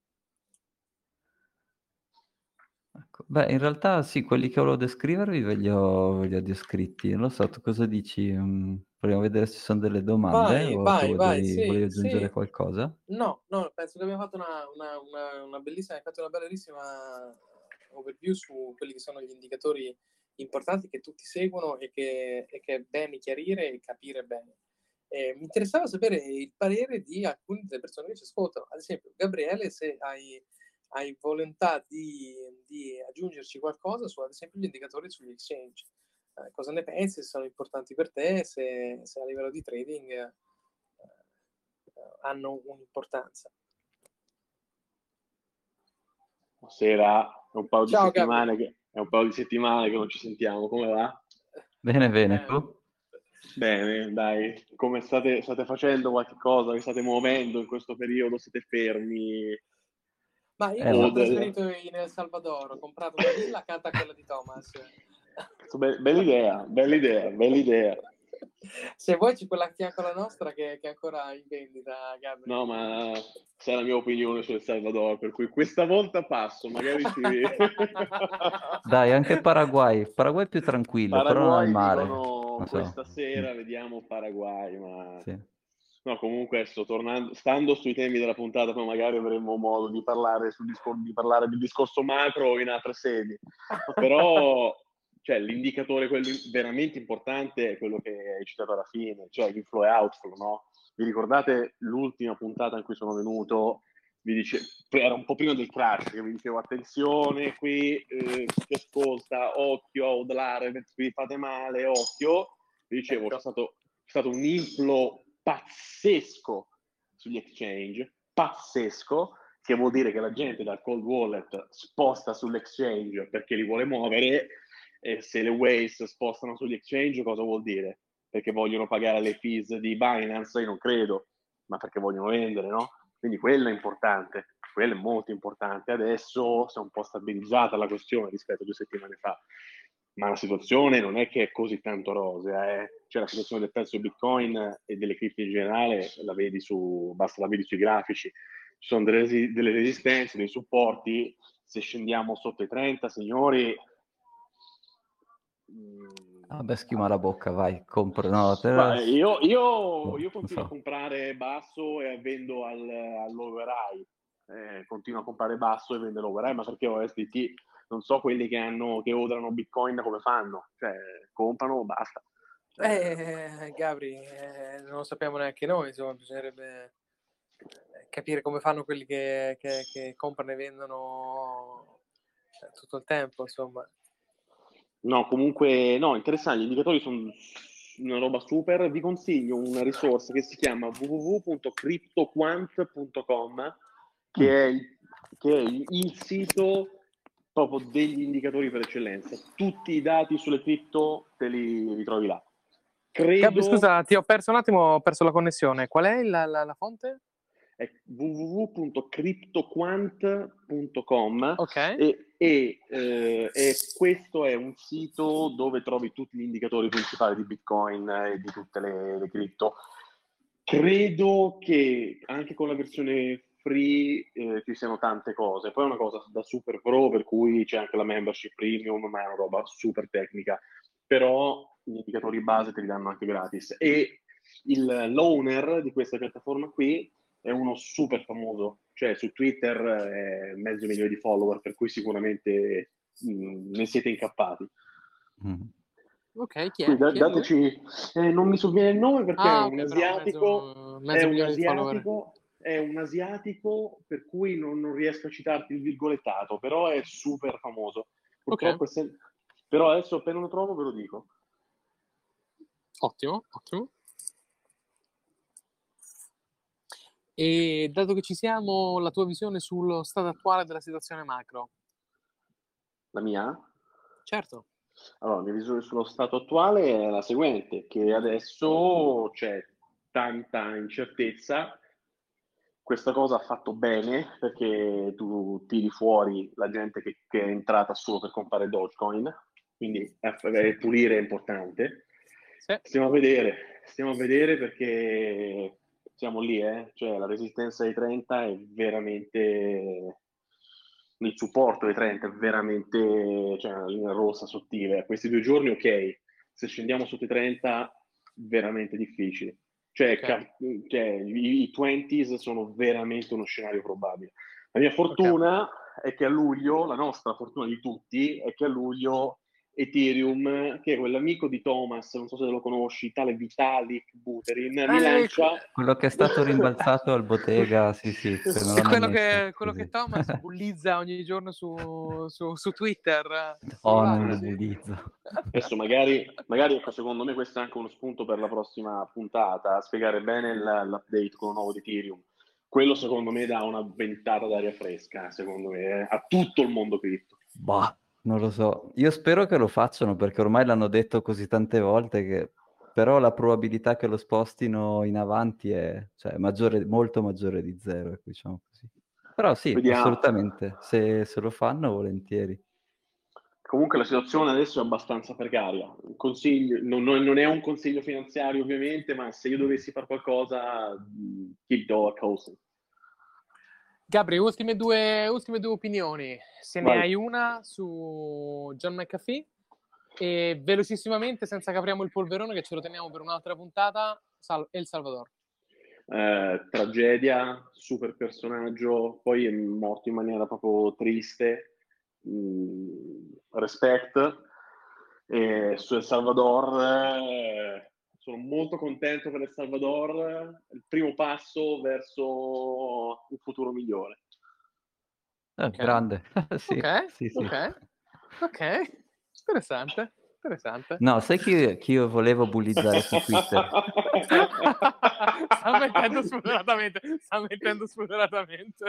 Ecco. Beh, in realtà sì, quelli che volevo descrivervi ve li ho descritti. Non lo so, tu cosa dici? Proviamo a vedere se ci sono delle domande Vai, o tu vai, vai, volevi sì, aggiungere sì. qualcosa? No, no, penso che abbiamo fatto una bellissima, hai fatto una bellissima overview su quelli che sono gli indicatori importanti che tutti seguono e che è bene chiarire e capire bene. Mi interessava sapere il parere di alcune delle persone che ci ascoltano. Ad esempio, Gabriele, se hai volontà di aggiungerci qualcosa su, ad esempio, gli indicatori sugli exchange. Cosa ne pensi? Se sono importanti per te, se a livello di trading hanno un'importanza. Buonasera, è un paio di Ciao settimane Gabri. che non ci sentiamo, come va? Bene, tu? Bene, dai, come state facendo qualche cosa, vi state muovendo in questo periodo, siete fermi? Ma io mi sono O trasferito in El Salvador, ho comprato una villa accanto a quella di Thomas. Bella idea. Se vuoi c'è quella a fianco alla nostra che è ancora in vendita, Gabri. No, ma sai la mia opinione sul Salvador, per cui questa volta passo, magari ci... Dai, anche Paraguay. Paraguay è più tranquillo, però non ha il Paraguay mare. dicono Non so. questa sera vediamo Paraguay, ma Sì. no, comunque stando sui temi della puntata, poi magari avremo modo di parlare del discorso macro in altre sedi. Però cioè, l'indicatore quello veramente importante è quello che hai citato alla fine, cioè l'inflow e outflow, no? Vi ricordate l'ultima puntata in cui sono venuto? Era un po' prima del crash, che vi dicevo attenzione qui, chi ascolta, occhio a odlare, vi fate male, occhio. Vi dicevo, Ecco. c'è stato un inflow pazzesco sugli exchange, pazzesco, che vuol dire che la gente dal cold wallet sposta sull'exchange perché li vuole muovere, e se le Waves spostano sugli exchange cosa vuol dire? Perché vogliono pagare le fees di Binance? Io non credo, ma perché vogliono vendere, no? Quindi quello è importante, quello è molto importante. Adesso si è un po' stabilizzata la questione rispetto a 2 settimane fa, ma la situazione non è che è così tanto rosea, eh. Cioè la situazione del prezzo del Bitcoin e delle cripto in generale basta la vedi sui grafici, ci sono delle resistenze, dei supporti, se scendiamo sotto i 30, signori... Vabbè, schiuma la bocca, vai, compro. No, Io non continuo a so. comprare basso e vendo all'overhigh. Continuo a comprare basso e vendo all'overhigh, ma perché OSDT non so quelli che odrano Bitcoin come fanno, cioè comprano, basta. Gabri, non lo sappiamo neanche noi, insomma, bisognerebbe capire come fanno quelli che comprano e vendono tutto il tempo, insomma. No, comunque, no, interessante, gli indicatori sono una roba super. Vi consiglio una risorsa che si chiama www.cryptoquant.com, che è il sito proprio degli indicatori per eccellenza. Tutti i dati sulle cripto te li trovi là. Gabri, Credo scusa, ti ho perso un attimo, ho perso la connessione. Qual è la fonte? è www.cryptoquant.com Ok. e questo è un sito dove trovi tutti gli indicatori principali di Bitcoin e di tutte le cripto. Credo che anche con la versione free ci siano tante cose. Poi è una cosa da super pro, per cui c'è anche la membership premium, ma è una roba super tecnica. Però gli indicatori base te li danno anche gratis. E l'owner di questa piattaforma qui è uno super famoso, cioè su Twitter è mezzo milione di follower, per cui sicuramente ne siete incappati. Ok, chi è? Quindi Chi è lui? dateci, non mi sovviene il nome perché è un ok, asiatico, però mezzo milione di follower. è un asiatico per cui non riesco a citarti il virgolettato, però è super famoso. Purtroppo però adesso appena lo trovo ve lo dico. Ottimo. E dato che ci siamo, la tua visione sullo stato attuale della situazione macro? La mia? Certo. Allora, la mia visione sullo stato attuale è la seguente, che adesso c'è tanta incertezza. Questa cosa ha fatto bene perché tu tiri fuori la gente che è entrata solo per comprare Dogecoin, quindi pulire è importante. Sì. Stiamo a vedere perché siamo lì, cioè la resistenza ai 30 è veramente, il supporto ai 30 è veramente, cioè una linea rossa sottile. A questi 2 giorni ok, se scendiamo sotto i 30 veramente difficile. Cioè, i 20s sono veramente uno scenario probabile. La mia fortuna è che a luglio, la nostra fortuna di tutti, è che a luglio Ethereum, che è quell'amico di Thomas, non so se lo conosci, tale Vitalik Buterin, mi lancia... Quello che è stato rimbalzato al bottega, sì, che non l'hanno quello ammesso, che così. Thomas bullizza ogni giorno su Twitter. Non lo bullizzo. Adesso magari ecco, secondo me questo è anche uno spunto per la prossima puntata, a spiegare bene l'update con il nuovo di Ethereum. Quello secondo me dà una ventata d'aria fresca, secondo me, a tutto il mondo cripto. Bah, non lo so. Io spero che lo facciano perché ormai l'hanno detto così tante volte che però la probabilità che lo spostino in avanti è molto maggiore di zero, ecco, diciamo così. Però sì, Vediamo. assolutamente, se lo fanno volentieri. Comunque la situazione adesso è abbastanza precaria. Un consiglio, non è un consiglio finanziario ovviamente, ma se io dovessi fare qualcosa, keep the close. Gabri, ultime due opinioni. Se ne Vai. hai una su John McAfee e velocissimamente, senza che apriamo il polverone, che ce lo teniamo per un'altra puntata, El Salvador. Tragedia, super personaggio, poi è morto in maniera proprio triste. Respect. Su El Salvador sono molto contento per El Salvador, il primo passo verso un futuro migliore. Ok. Grande. Sì, Ok, sì. ok, interessante. No, sai chi io volevo bullizzare su Twitter? Sta mettendo spudoratamente.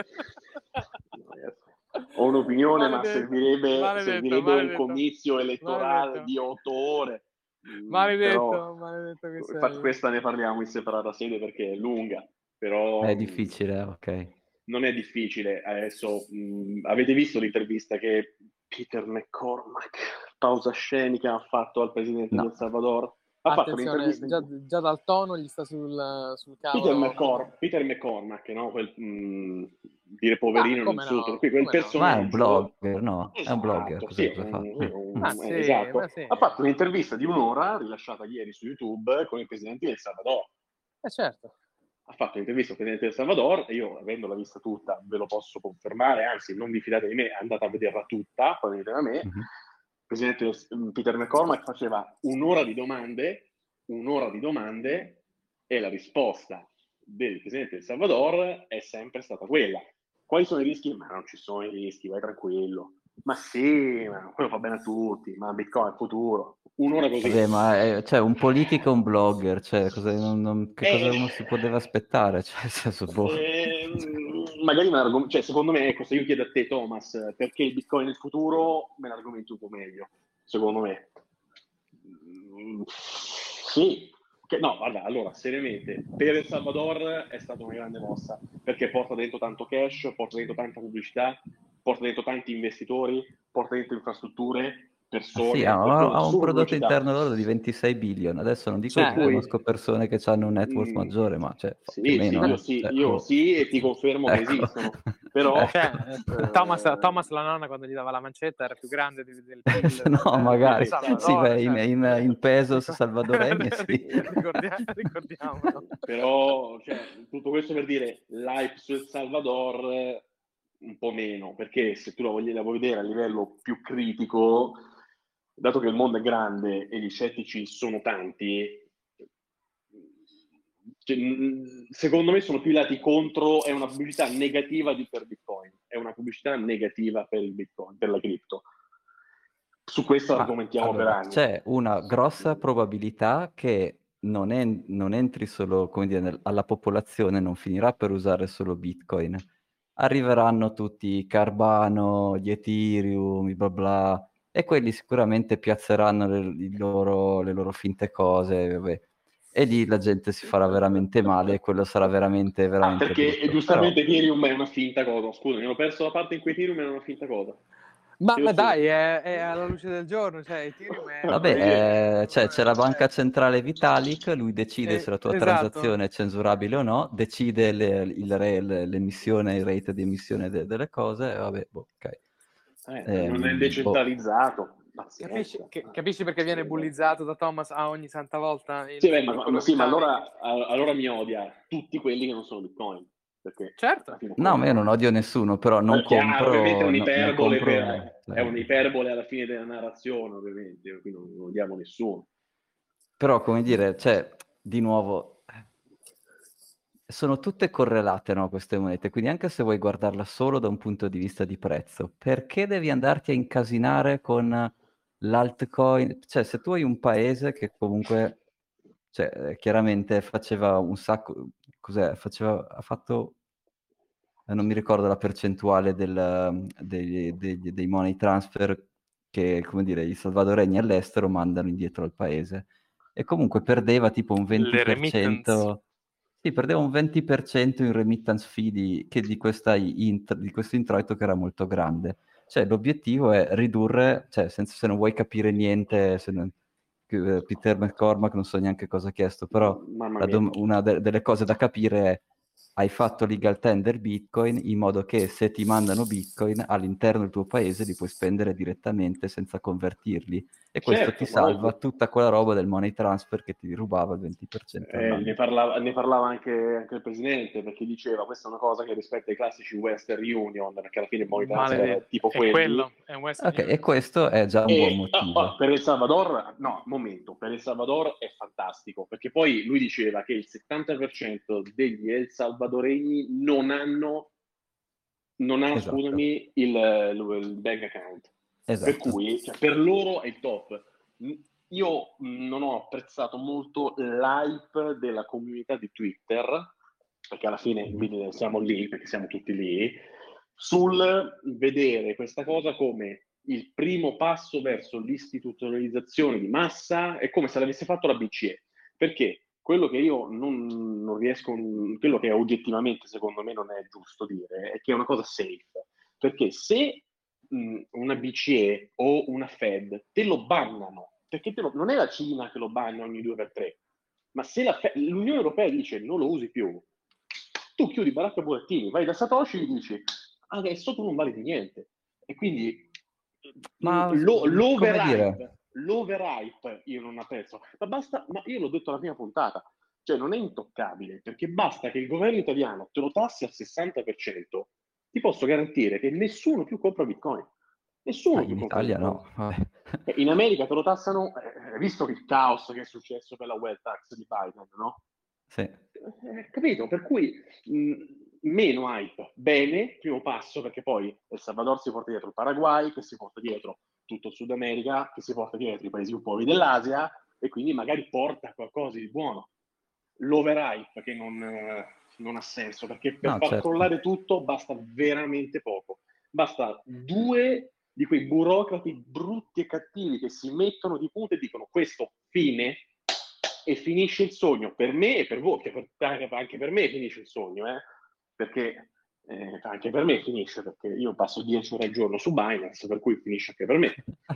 Ho un'opinione, ma Maledetto, servirebbe un comizio elettorale di 8 ore. Maledetto che sei. Questa ne parliamo in separata sede perché è lunga, però È difficile, ok. non è difficile. Adesso avete visto l'intervista che Peter McCormack, pausa scenica, ha fatto al presidente del Salvador? Ha fatto Attenzione, già dal tono gli sta sul cavolo. Peter McCormack, no? Dire poverino è un insulto. No, Quel personaggio... Ma è un blogger, no? Esatto, È un blogger, sì, cosa fa? esatto. Sì. Ha fatto un'intervista di un'ora rilasciata ieri su YouTube con il presidente del Salvador. Certo. Ha fatto un'intervista al presidente del Salvador e io, avendola vista tutta, ve lo posso confermare, anzi non vi fidate di me, andate a vederla tutta, venite da me. Il presidente Peter McCormack faceva un'ora di domande e la risposta del presidente del Salvador è sempre stata quella. Quali sono i rischi? Ma non ci sono i rischi, vai tranquillo. Ma sì, ma quello fa bene a tutti, ma Bitcoin è il futuro. Un'ora così. Vabbè, ma un politico e un blogger, cioè, cosa uno si poteva aspettare? Cioè, nel senso, magari secondo me, ecco, se io chiedo a te, Thomas, perché il Bitcoin è il futuro, me l'argomenti un po' meglio, secondo me. Sì. No, guarda, allora, seriamente, per El Salvador è stata una grande mossa, perché porta dentro tanto cash, porta dentro tanta pubblicità, porta dentro tanti investitori, porta dentro infrastrutture, persone, ha un super prodotto velocità. interno lordo di 26 billion. Adesso non dico che conosco persone che hanno un net worth maggiore, ma più o meno. Io sì, e ti confermo che esistono. Però Thomas la nonna quando gli dava la mancetta era più grande del PIL. No, magari sì, in pesos salvadoregni sì. Ricordiamolo. Però tutto questo per dire l'hype su El Salvador un po' meno, perché se tu la vuoi vedere a livello più critico, dato che il mondo è grande e gli scettici sono tanti, secondo me sono più i lati contro, è una pubblicità negativa per Bitcoin, è una pubblicità negativa per il Bitcoin, per la cripto. Su questo argomentiamo per anni. C'è una grossa probabilità che non entri solo, come dire, alla popolazione, non finirà per usare solo Bitcoin. Arriveranno tutti i Cardano, gli Ethereum, i bla bla, e quelli sicuramente piazzeranno le loro finte cose, vabbè. E lì la gente si farà veramente male e quello sarà veramente perché brutto. giustamente Ethereum è una finta cosa. Scusami, ho perso la parte in cui Ethereum è una finta cosa. Ma dai, è alla luce del giorno, cioè Ethereum è... Vabbè, c'è la banca centrale Vitalik, lui decide se la tua transazione è censurabile o no, decide l'emissione, il rate di emissione delle cose, e vabbè, ok. Non è decentralizzato. Capisci perché viene bullizzato da Thomas a ogni santa volta? Ma allora mi odia tutti quelli che non sono Bitcoin. perché Certo. No, ma io non odio nessuno, però non compro... ovviamente è non un'iperbole, compro- è un'iperbole alla fine della narrazione, ovviamente, qui non odiamo nessuno. Però, come dire, cioè, di nuovo, sono tutte correlate, no, queste monete, quindi anche se vuoi guardarla solo da un punto di vista di prezzo, perché devi andarti a incasinare con l'altcoin? Cioè, se tu hai un paese che comunque, cioè, chiaramente faceva un sacco, cos'è? Ha fatto, non mi ricordo la percentuale dei money transfer che, come dire, i salvadoregni all'estero mandano indietro al paese. E comunque perdeva tipo un Le remittance. 20%, sì, perdeva un 20% in remittance fee di questo introito che era molto grande. Cioè, l'obiettivo è ridurre, cioè, se non vuoi capire niente, Peter McCormack non so neanche cosa ha chiesto, però Mamma mia. una delle cose da capire è: hai fatto legal tender Bitcoin in modo che se ti mandano Bitcoin all'interno del tuo paese li puoi spendere direttamente senza convertirli, e questo Certo, ti ma salva ovvio. tutta quella roba del money transfer che ti rubava il 20% all'anno. Ne parlava anche il presidente, perché diceva questa è una cosa che rispetta i classici Western Union, perché alla fine il money transfer è tipo È quelli. quello, è un Western Ok, e Union. questo è già un buon motivo. Per El Salvador, no, momento, per El Salvador è fantastico, perché poi lui diceva che il 70% degli El Salvadoregni non ha, Esatto. scusami, il bank account. Esatto. Per cui, cioè, per loro è il top. Io non ho apprezzato molto l'hype della comunità di Twitter, perché alla fine siamo lì, perché siamo tutti lì, sul vedere questa cosa come il primo passo verso l'istituzionalizzazione di massa, è come se l'avesse fatto la BCE, perché quello che io non riesco, quello che oggettivamente secondo me non è giusto dire, è che è una cosa safe, perché se una BCE o una Fed te lo bannano, perché non è la Cina che lo banna ogni 2x3, ma se l'Unione Europea dice non lo usi più, tu chiudi baracca burattini, vai da Satoshi e gli dici adesso tu non vali di niente. E quindi Ma come dire? l'overhype io non apprezzo, ma io l'ho detto alla prima puntata, cioè non è intoccabile, perché basta che il governo italiano te lo tassi al 60%, ti posso garantire che nessuno più compra Bitcoin. Nessuno più In compra Italia Bitcoin. no. Vabbè. In America te lo tassano, visto il caos che è successo per la wealth tax di Biden, no? Sì. Capito? Per cui meno hype, bene, primo passo, perché poi El Salvador si porta dietro il Paraguay, che si porta dietro tutto il Sud America, che si porta dietro i paesi un po' dell'Asia, e quindi magari porta qualcosa di buono. L'overhype che non ha senso, perché per No, far certo. crollare tutto basta veramente poco. Basta due di quei burocrati brutti e cattivi che si mettono di punta e dicono questo fine, e finisce il sogno per me e per voi, che anche per me finisce il sogno, perché anche per me finisce, perché io passo 10 ore al giorno su Binance, per cui finisce anche per me.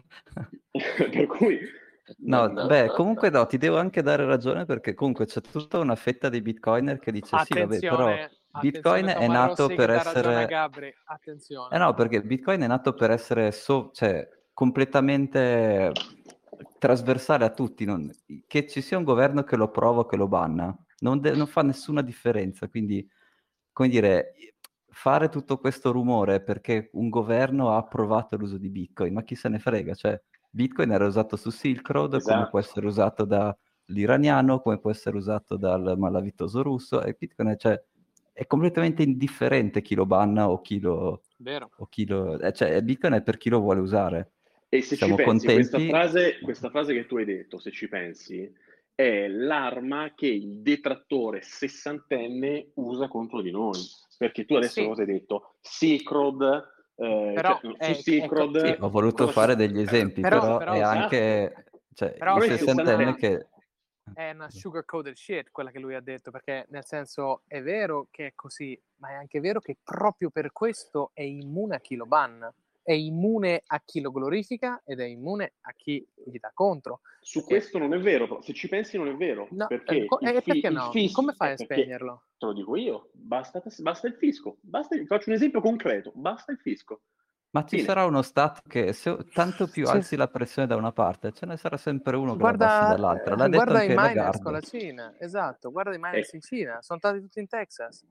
Per cui No, beh, comunque no, ti devo anche dare ragione, perché comunque c'è tutta una fetta di bitcoiner che dice sì, vabbè, però Bitcoin è Tommaso nato Rossi per che dà ragione a essere... Gabri, attenzione. no, perché Bitcoin è nato per essere cioè, completamente trasversale a tutti, che ci sia un governo che lo prova o che lo banna, non fa nessuna differenza, quindi, come dire, fare tutto questo rumore perché un governo ha approvato l'uso di Bitcoin, ma chi se ne frega, cioè Bitcoin era usato su Silk Road, come può essere usato dall'iraniano, come può essere usato dal malavitoso russo, e Bitcoin è completamente indifferente chi lo banna o chi lo... Vero. cioè Bitcoin è per chi lo vuole usare. E se Siamo ci pensi, contenti... questa frase che tu hai detto, se ci pensi, è l'arma che il detrattore sessantenne usa contro di noi. Perché tu adesso cosa hai detto? Silk Road, Però su Silk Road... Sì, ho voluto fare degli esempi, però è anche... Cioè, però il Però sessantenne che... è una sugar coated shit quella che lui ha detto, perché nel senso è vero che è così, ma è anche vero che proprio per questo è immune a chi lo banna, è immune a chi lo glorifica ed è immune a chi gli dà contro. Su questo non è vero, se ci pensi non è vero, No, perché perché il no? fisco... Come fai a perché, spegnerlo? te lo dico io, basta il fisco, faccio un esempio concreto, basta il fisco. Ma ci Fine. sarà uno Stato che tanto più Sì. alzi la pressione da una parte, ce ne sarà sempre uno che la abbassi Guarda, dall'altra. L'ha detto guarda i anche miners con Lagarde. la Cina, esatto, guarda i miners in Cina, sono stati tutti in Texas.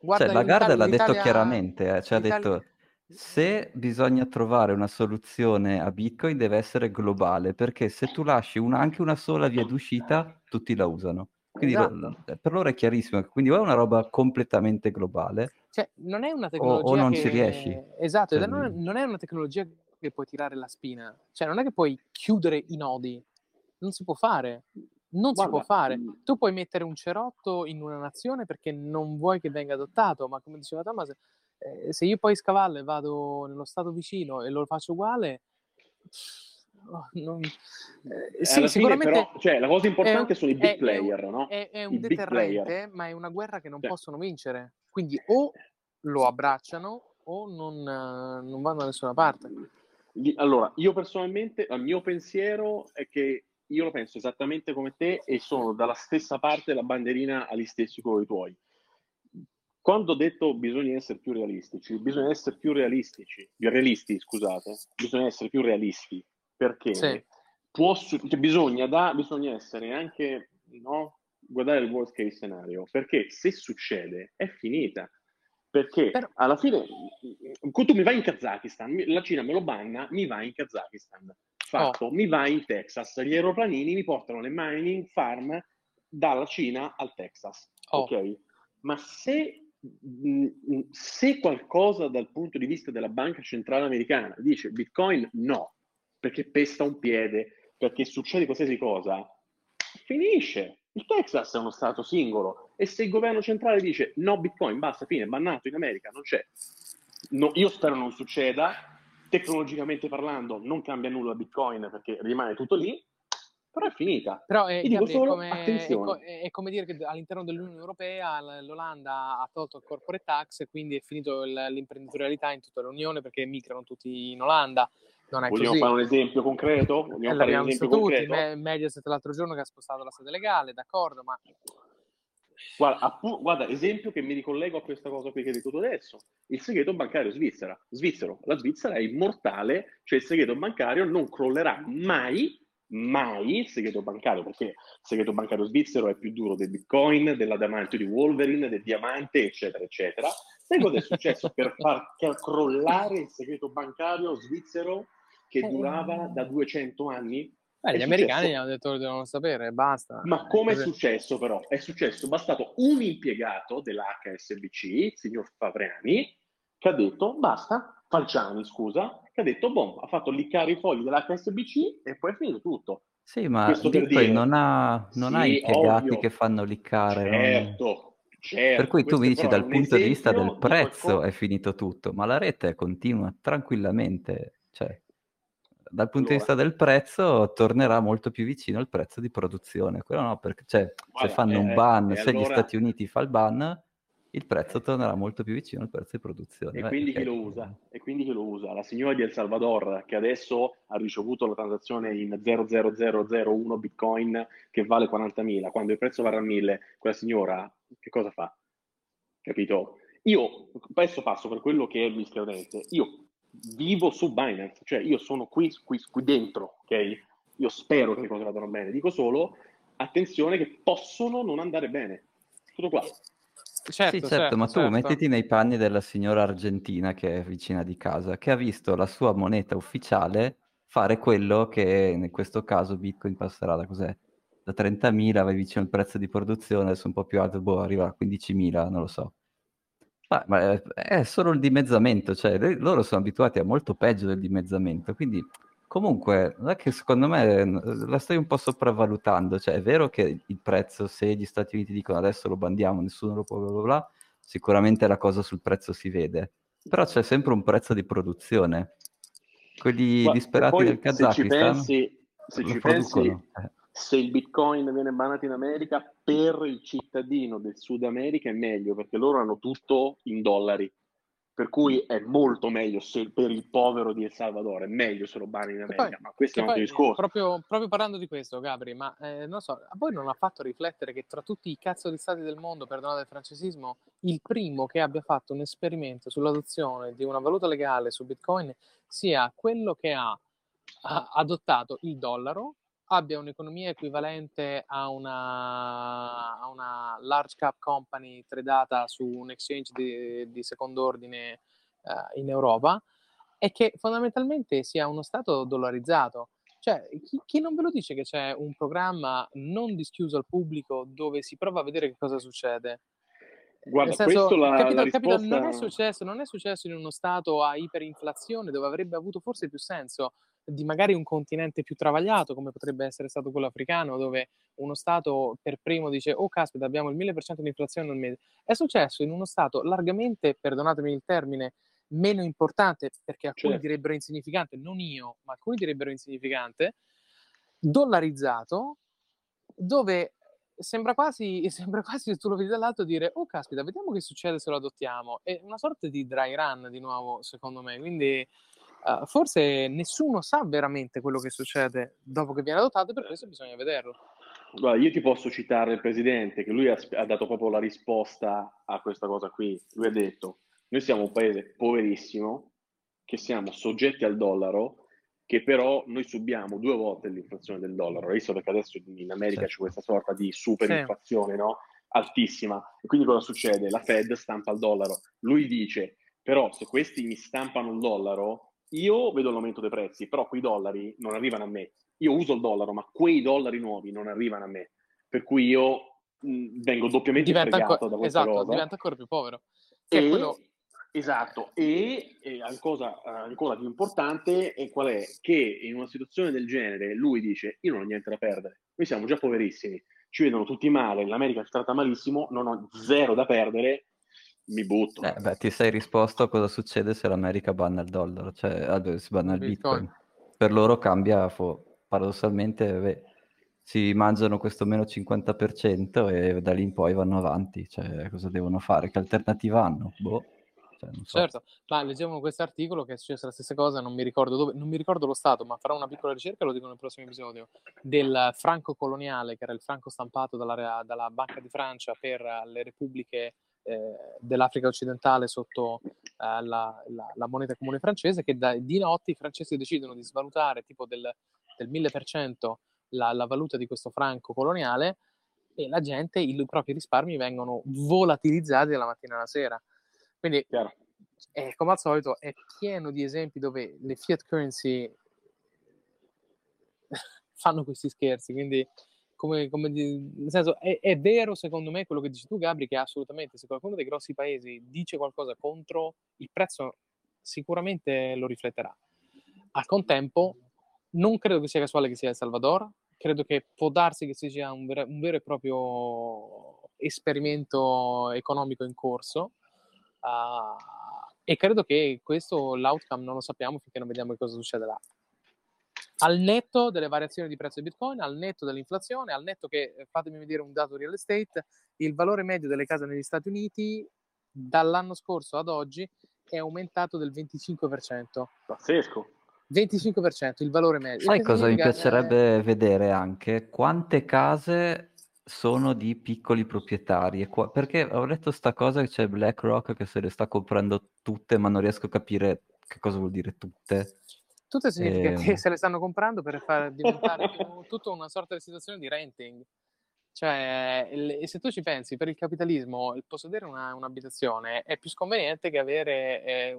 Guarda, Lagarde l'ha detto l'Italia, chiaramente, cioè ha l'Italia- detto se bisogna trovare una soluzione a Bitcoin deve essere globale, perché se tu lasci anche una sola via d'uscita, tutti la usano. Quindi Esatto. per loro è chiarissimo, quindi o è una roba completamente globale Cioè, non è una o tecnologia non ci riesci. che... Esatto, Cioè, ed non è una tecnologia che puoi tirare la spina. Cioè, non è che puoi chiudere i nodi. Non si può fare. Non si può Guarda, fare. Tu puoi mettere un cerotto in una nazione perché non vuoi che venga adottato, ma come diceva Thomas, se io poi scavallo e vado nello stato vicino e lo faccio uguale, sì, alla fine sicuramente però, cioè, la cosa è, importante sono i big player, no? è I un big player. deterrente, ma è una guerra che non Cioè, possono vincere. Quindi o lo abbracciano o non vanno da nessuna parte. allora, io personalmente, il mio pensiero è che io lo penso esattamente come te e sono dalla stessa parte della bandierina agli stessi colori tuoi. Quando ho detto bisogna essere più realistici, bisogna essere più realisti, scusate, bisogna essere più realisti, perché Sì. bisogna essere anche, no, guardare il worst case scenario, perché se succede è finita. Perché Però, alla fine tu mi vai in Kazakistan, la Cina me lo banna, mi vai in Kazakistan. Fatto, mi vai in Texas, gli aeroplanini mi portano le mining farm dalla Cina al Texas, ok? Ma se qualcosa dal punto di vista della banca centrale americana dice Bitcoin no, perché pesta un piede, perché succede qualsiasi cosa, finisce. Il Texas è uno stato singolo e se il governo centrale dice no Bitcoin, basta, fine, bannato in America, non c'è. No, io spero non succeda, tecnologicamente parlando non cambia nulla Bitcoin perché rimane tutto lì, però è finita. Però E dico Gabri, solo attenzione. è come dire che all'interno dell'Unione Europea l'Olanda ha tolto il corporate tax e quindi è finito l'imprenditorialità in tutta l'Unione perché migrano tutti in Olanda. Non è Vogliamo così. fare un esempio concreto? Vogliamo fare un L'abbiamo visto esempio tutti. concreto? Mediaset l'altro giorno che ha spostato la sede legale, d'accordo, ma Guarda, esempio che mi ricollego a questa cosa qui che hai detto tu adesso. Il segreto bancario svizzero. La Svizzera è immortale, cioè il segreto bancario non crollerà mai, mai il segreto bancario, perché il segreto bancario svizzero è più duro del Bitcoin, dell'adamantio di Wolverine, del diamante, eccetera, eccetera. Sai cosa è successo per far crollare il segreto bancario svizzero che durava da 200 anni? È gli americani successo. hanno detto che devono sapere, basta. Ma come è successo però? È successo, bastato un impiegato dell'HSBC, il signor Favrani, che ha detto basta, Falciani scusa, che ha detto boh, ha fatto liccare i fogli dell'HSBC e poi è finito tutto. sì, ma Questo per Bitcoin dire, non ha sì, impiegati che ovvio, fanno liccare. Per certo, cui tu mi questo è dici però dal un punto di vista del esempio di prezzo qualcosa. è finito tutto, ma la rete continua tranquillamente, cioè dal punto di Allora, vista del prezzo tornerà molto più vicino al prezzo di produzione. Quello no, perché cioè, se guarda, fanno un ban, e se gli allora Stati Uniti fa il ban, il prezzo tornerà molto più vicino al prezzo di produzione. e Beh, quindi chi ok. lo usa? E quindi chi lo usa? La signora di El Salvador che adesso ha ricevuto la transazione in 0,0001 Bitcoin che vale 40.000, quando il prezzo varrà 1.000, quella signora che cosa fa? Capito? Io adesso passo per quello che è il miscredente. Io vivo su Binance, cioè io sono qui dentro, ok? Io spero che le cose vadano bene. Dico solo, attenzione che possono non andare bene. Tutto qua. Sì, Certo, certo, certo, ma tu certo. mettiti nei panni della signora argentina che è vicina di casa, che ha visto la sua moneta ufficiale fare quello che in questo caso Bitcoin passerà da cos'è? Da 30.000, vai vicino al prezzo di produzione, adesso un po' più alto, boh, arriva a 15.000, non lo so. Ma è solo il dimezzamento, cioè loro sono abituati a molto peggio del dimezzamento, quindi comunque non è che secondo me la stai un po' sopravvalutando, cioè è vero che il prezzo, se gli Stati Uniti dicono adesso lo bandiamo, nessuno lo può, bla bla bla, sicuramente la cosa sul prezzo si vede, però c'è sempre un prezzo di produzione. Quelli E disperati del poi Kazakistan se lo ci pensi, producono. se il Bitcoin viene bannato in America, per il cittadino del Sud America è meglio perché loro hanno tutto in dollari. Per cui è molto meglio per il povero di El Salvador, è meglio se lo banni in Che poi, America, ma questo è che un altro poi, discorso. proprio parlando di questo, Gabri, ma non so, a voi non ha fatto riflettere che tra tutti i cazzo di stati del mondo, perdonate il francesismo, il primo che abbia fatto un esperimento sull'adozione di una valuta legale su Bitcoin sia quello che ha adottato il dollaro, abbia un'economia equivalente a una large cap company tradata su un exchange di secondo ordine in Europa, e che fondamentalmente sia uno Stato dollarizzato. Cioè, chi non ve lo dice che c'è un programma non dischiuso al pubblico dove si prova a vedere che cosa succede? Guarda, Nel senso, questo la capito, risposta... non è successo in uno Stato a iperinflazione, dove avrebbe avuto forse più senso di magari un continente più travagliato, come potrebbe essere stato quello africano, dove uno Stato per primo dice: oh caspita, abbiamo il 1000% di inflazione al mese. È successo in uno Stato largamente, perdonatemi il termine, meno importante, perché alcuni Certo. direbbero insignificante, non io, ma alcuni direbbero insignificante, dollarizzato, dove sembra quasi se tu lo vedi dall'alto dire: oh caspita, vediamo che succede se lo adottiamo. È una sorta di dry run di nuovo, secondo me, quindi forse nessuno sa veramente quello che succede dopo che viene adottato, e per questo bisogna vederlo. Guarda, io ti posso citare il presidente, che lui ha dato proprio la risposta a questa cosa qui. Lui ha detto: noi siamo un paese poverissimo, che siamo soggetti al dollaro, che però noi subiamo 2 volte l'inflazione del dollaro. Hai visto, perché adesso in America c'è questa sorta di superinflazione, no? Altissima. E quindi cosa succede? La Fed stampa il dollaro. Lui dice: però se questi mi stampano il dollaro, io vedo l'aumento dei prezzi, però quei dollari non arrivano a me. Io uso il dollaro, ma quei dollari nuovi non arrivano a me, per cui io vengo doppiamente fregato da questa esatto, cosa. diventa ancora più povero. Che è quello... Esatto, e la cosa ancora più importante è qual è? Che in una situazione del genere lui dice: io non ho niente da perdere, noi siamo già poverissimi, ci vedono tutti male, l'America ci tratta malissimo, non ho zero da perdere, mi butto. Beh, ti sei risposto a cosa succede se l'America banna il dollaro, cioè si banna il Bitcoin. Bitcoin. Per loro cambia, paradossalmente, si mangiano questo meno 50% e da lì in poi vanno avanti. Cioè, cosa devono fare? Che alternativa hanno? Boh, cioè, non so. Certo, ma leggevo questo articolo che è successa la stessa cosa, non mi ricordo dove, non mi ricordo lo stato, ma farò una piccola ricerca e lo dico nel prossimo episodio, del franco coloniale, che era il franco stampato dalla Banca di Francia per le repubbliche dell'Africa occidentale sotto la moneta comune francese, che di notte i francesi decidono di svalutare tipo del 1000% la valuta di questo franco coloniale, e la gente, i propri risparmi vengono volatilizzati dalla mattina alla sera. Quindi, come al solito, è pieno di esempi dove le fiat currency fanno questi scherzi. Quindi, nel senso, è vero, secondo me, quello che dici tu, Gabri, che assolutamente, se qualcuno dei grossi paesi dice qualcosa contro, il prezzo sicuramente lo rifletterà. Al contempo, non credo che sia casuale che sia El Salvador, credo che può darsi che sia un vero e proprio esperimento economico in corso, e credo che questo, l'outcome, non lo sappiamo finché non vediamo che cosa succederà. Al netto delle variazioni di prezzo di Bitcoin, al netto dell'inflazione, al netto che, fatemi vedere un dato real estate, il valore medio delle case negli Stati Uniti dall'anno scorso ad oggi è aumentato del 25%. Pazzesco. 25% il valore medio. Sai cosa mi piacerebbe vedere anche? Quante case sono di piccoli proprietari? Perché ho letto sta cosa che c'è BlackRock che se le sta comprando tutte, ma non riesco a capire che cosa vuol dire tutte. Tutto significa che se le stanno comprando per far diventare tutta una sorta di situazione di renting. Cioè, se tu ci pensi, per il capitalismo, il possedere un'abitazione è più sconveniente che avere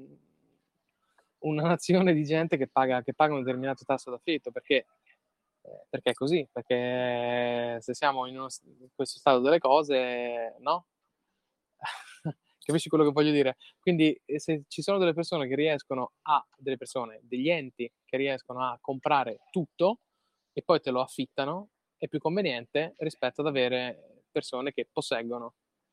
una nazione di gente che paga un determinato tasso d'affitto, perché è così, perché se siamo in questo stato delle cose, no? Capisci quello che voglio dire? Quindi se ci sono delle persone che riescono degli enti che riescono a comprare tutto e poi te lo affittano, è più conveniente rispetto ad avere persone che posseggono.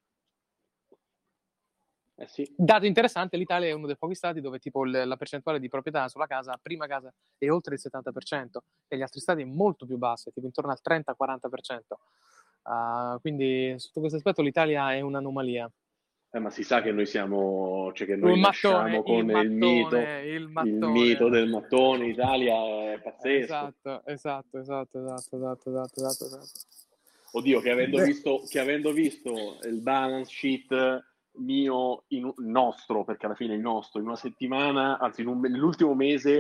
Sì. Dato interessante, l'Italia è uno dei pochi stati dove tipo la percentuale di proprietà sulla prima casa, è oltre il 70%, e gli altri stati è molto più bassa, tipo intorno al 30-40%. Quindi sotto questo aspetto l'Italia è un'anomalia. Ma si sa che noi siamo, cioè che noi nasciamo con il mito del mattone. Italia è pazzesco. Esatto. Oddio, che avendo visto il balance sheet mio, nostro, perché alla fine è il nostro, in una settimana, anzi nell'ultimo mese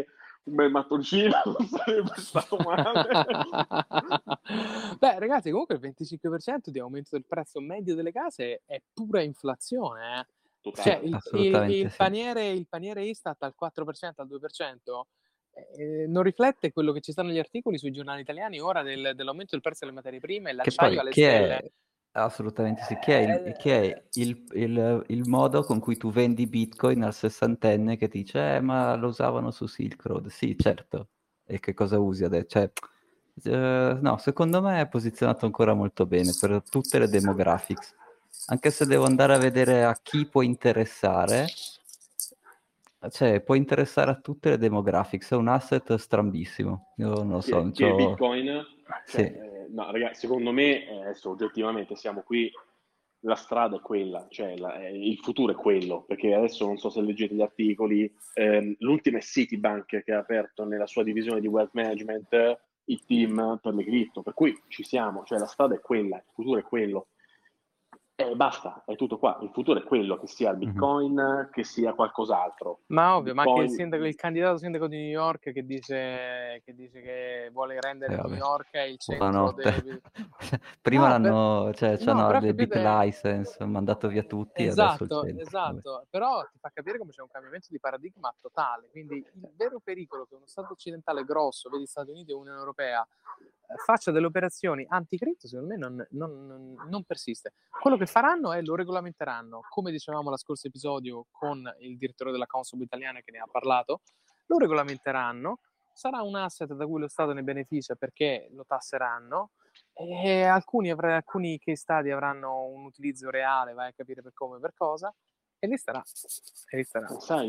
Un bel mattoncino non sarebbe stato male. Beh, ragazzi, comunque il 25% di aumento del prezzo medio delle case è pura inflazione, eh. Sì, Cioè, Totale. assolutamente sì. il paniere Istat al 4%, al 2%, non riflette quello che ci sta negli articoli sui giornali italiani ora dell'aumento del prezzo delle materie prime e Che l'acciaio poi, alle che stelle. è, assolutamente sì, che è il modo con cui tu vendi Bitcoin al sessantenne che ti dice, ma lo usavano su Silk Road. Sì, certo. E che cosa usi adesso? Cioè, no, secondo me è posizionato ancora molto bene per tutte le demographics. Anche se devo andare a vedere a chi può interessare, cioè può interessare a tutte le demographics, è un asset strambissimo. Io non lo so, non Che è c'ho... Bitcoin? Sì. No, ragazzi, secondo me, adesso oggettivamente siamo qui, la strada è quella, cioè il futuro è quello, perché adesso non so se leggete gli articoli, l'ultima è Citibank che ha aperto nella sua divisione di wealth management il team per le cripto, per cui ci siamo, cioè la strada è quella, il futuro è quello. E basta, è tutto qua. Il futuro è quello, che sia il Mhm. Bitcoin, che sia qualcos'altro. Ma ovvio, ma anche Bitcoin, il candidato sindaco di New York che dice che vuole rendere New Vabbè. York il centro Buonanotte. Prima No, l'hanno, cioè, no, c'hanno però le bit capite. license, hanno mandato via tutti e adesso il Esatto, centro. Vabbè. esatto, però ti fa capire come c'è un cambiamento di paradigma totale, quindi il vero pericolo che uno Stato occidentale grosso, vedi Stati Uniti e Unione Europea, faccia delle operazioni anticripto, secondo me non persiste. Quello che faranno è lo regolamenteranno, come dicevamo lo scorso episodio con il direttore della Consob italiana che ne ha parlato, lo regolamenteranno, sarà un asset da cui lo Stato ne beneficia perché lo tasseranno, e alcuni case study avranno un utilizzo reale, vai a capire per come e per cosa, e lì starà. E lì starà. sai,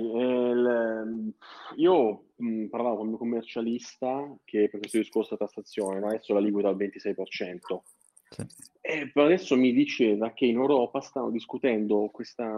io parlavo con il mio commercialista che per questo discorso della tassazione, no? Adesso la liquida al 26%. Sì. E adesso mi diceva che in Europa stanno discutendo questa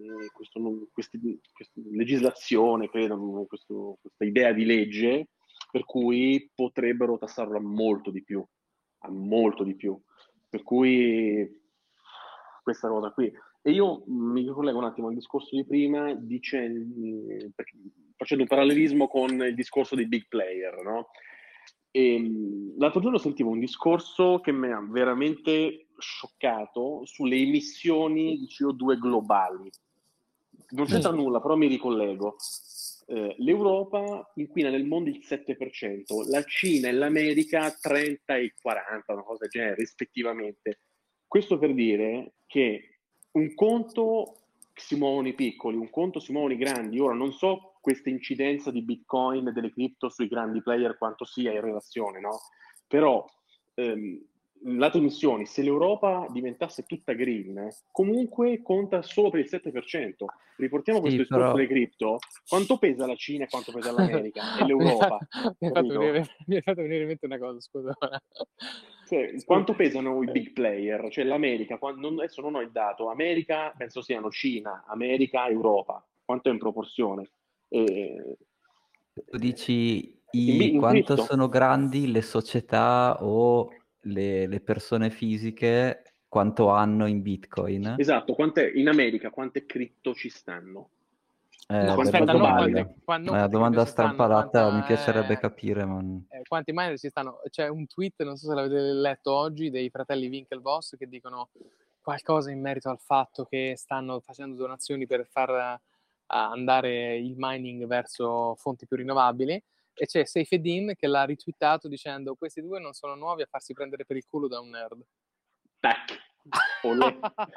legislazione, credo, questa idea di legge per cui potrebbero tassarlo a molto di più. Per cui questa cosa qui. E io mi collego un attimo al discorso di prima facendo un parallelismo con il discorso dei big player, no? L'altro giorno sentivo un discorso che mi ha veramente scioccato sulle emissioni di CO2 globali. Non c'entra nulla, però mi ricollego. L'Europa inquina nel mondo il 7%, la Cina e l'America 30 e 40, una cosa del genere, rispettivamente. Questo per dire che un conto si muovono i piccoli, un conto si muovono i grandi. Ora non so questa incidenza di Bitcoin e delle cripto sui grandi player quanto sia in relazione, no? Però lato emissioni, se l'Europa diventasse tutta green, comunque conta solo per il 7%. Riportiamo questo Sì, discorso però delle cripto. Quanto pesa la Cina e quanto pesa l'America e mi hai l'Europa? fatto venire in mente una cosa, scusa. Cioè, Scusa. quanto pesano i big player? Cioè l'America, adesso non ho il dato, America penso siano Cina, America, Europa. Quanto è in proporzione? Eh, tu dici in quanto cripto? sono grandi le società o le persone fisiche, quanto hanno in Bitcoin? Esatto, in America quante cripto ci stanno? No, Quante aspetta, non globali? quante cripto Domanda ci stanno, strampalata, mi piacerebbe capire, ma... quanti miner ci stanno. C'è un tweet, non so se l'avete letto oggi, dei fratelli Winklevoss che dicono qualcosa in merito al fatto che stanno facendo donazioni per far andare il mining verso fonti più rinnovabili, e c'è Saifedean che l'ha retweetato dicendo questi due non sono nuovi a farsi prendere per il culo da un nerd. Tac. Olè.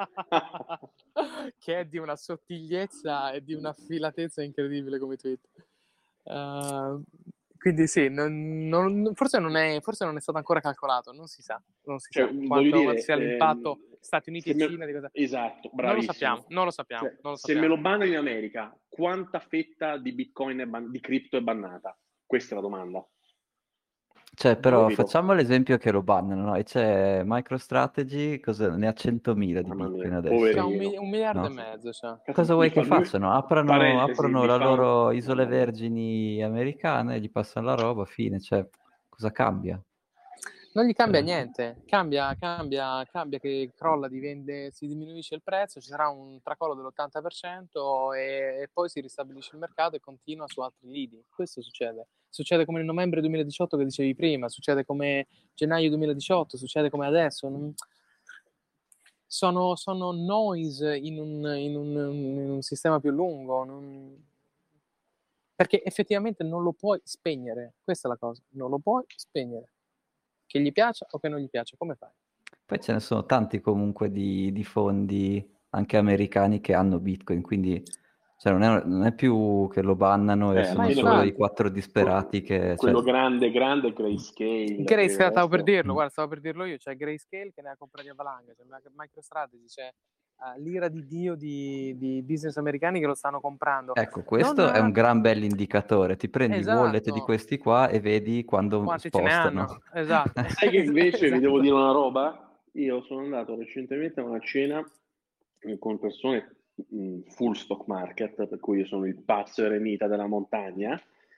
Che è di una sottigliezza e di una filatezza incredibile come tweet. Quindi sì, forse non è stato ancora calcolato, non si sa Cioè, voglio quanto dire, sia l'impatto Stati Uniti e Cina di cosa. esatto, Non lo sappiamo, bravissimo. non lo sappiamo, Cioè, non lo se me sappiamo. lo bannano in America, quanta fetta di Bitcoin di cripto è bannata? Questa è la domanda. Cioè, però Capito? facciamo l'esempio che lo bannano, no? E c'è MicroStrategy, ne ha 100.000 di Mamma mia, Bitcoin adesso, C'ha poverino. un miliardo e no? mezzo, cioè. Cazzo, Cosa mi vuoi fa che due facciano? Aprono parentesi, la loro isole vergini americane, gli passano la roba, fine. Cioè, cosa cambia? Non gli cambia Cioè, niente, cambia che crolla, si diminuisce il prezzo, ci sarà un tracollo dell'80% e poi si ristabilisce il mercato e continua su altri lidi. Questo succede. succede come nel novembre 2018 che dicevi prima, succede come gennaio 2018, succede come adesso. Sono noise in un sistema più lungo, perché effettivamente non lo puoi spegnere, questa è la cosa, non lo puoi spegnere, che gli piaccia o che non gli piaccia, come fai? Poi ce ne sono tanti comunque di fondi anche americani che hanno Bitcoin, quindi cioè, non è più che lo bannano e alla sono fine solo i infatti. 4 disperati che... quello Cioè, grande è Grayscale, per il Grayscale, stavo per resto... dirlo, guarda, stavo per dirlo io, c'è Grayscale che ne ha comprati a valanga, c'è MicroStrategy, c'è l'ira di Dio di business americani che lo stanno comprando. ecco, questo è un gran bell'indicatore. Ti prendi il wallet di Esatto, questi qua e vedi quando quanti ce ne hanno? spostano. Esatto, Sai che invece vi devo esatto. dire una roba? Io sono andato recentemente a una cena con persone full stock market, per cui io sono il pazzo eremita della montagna,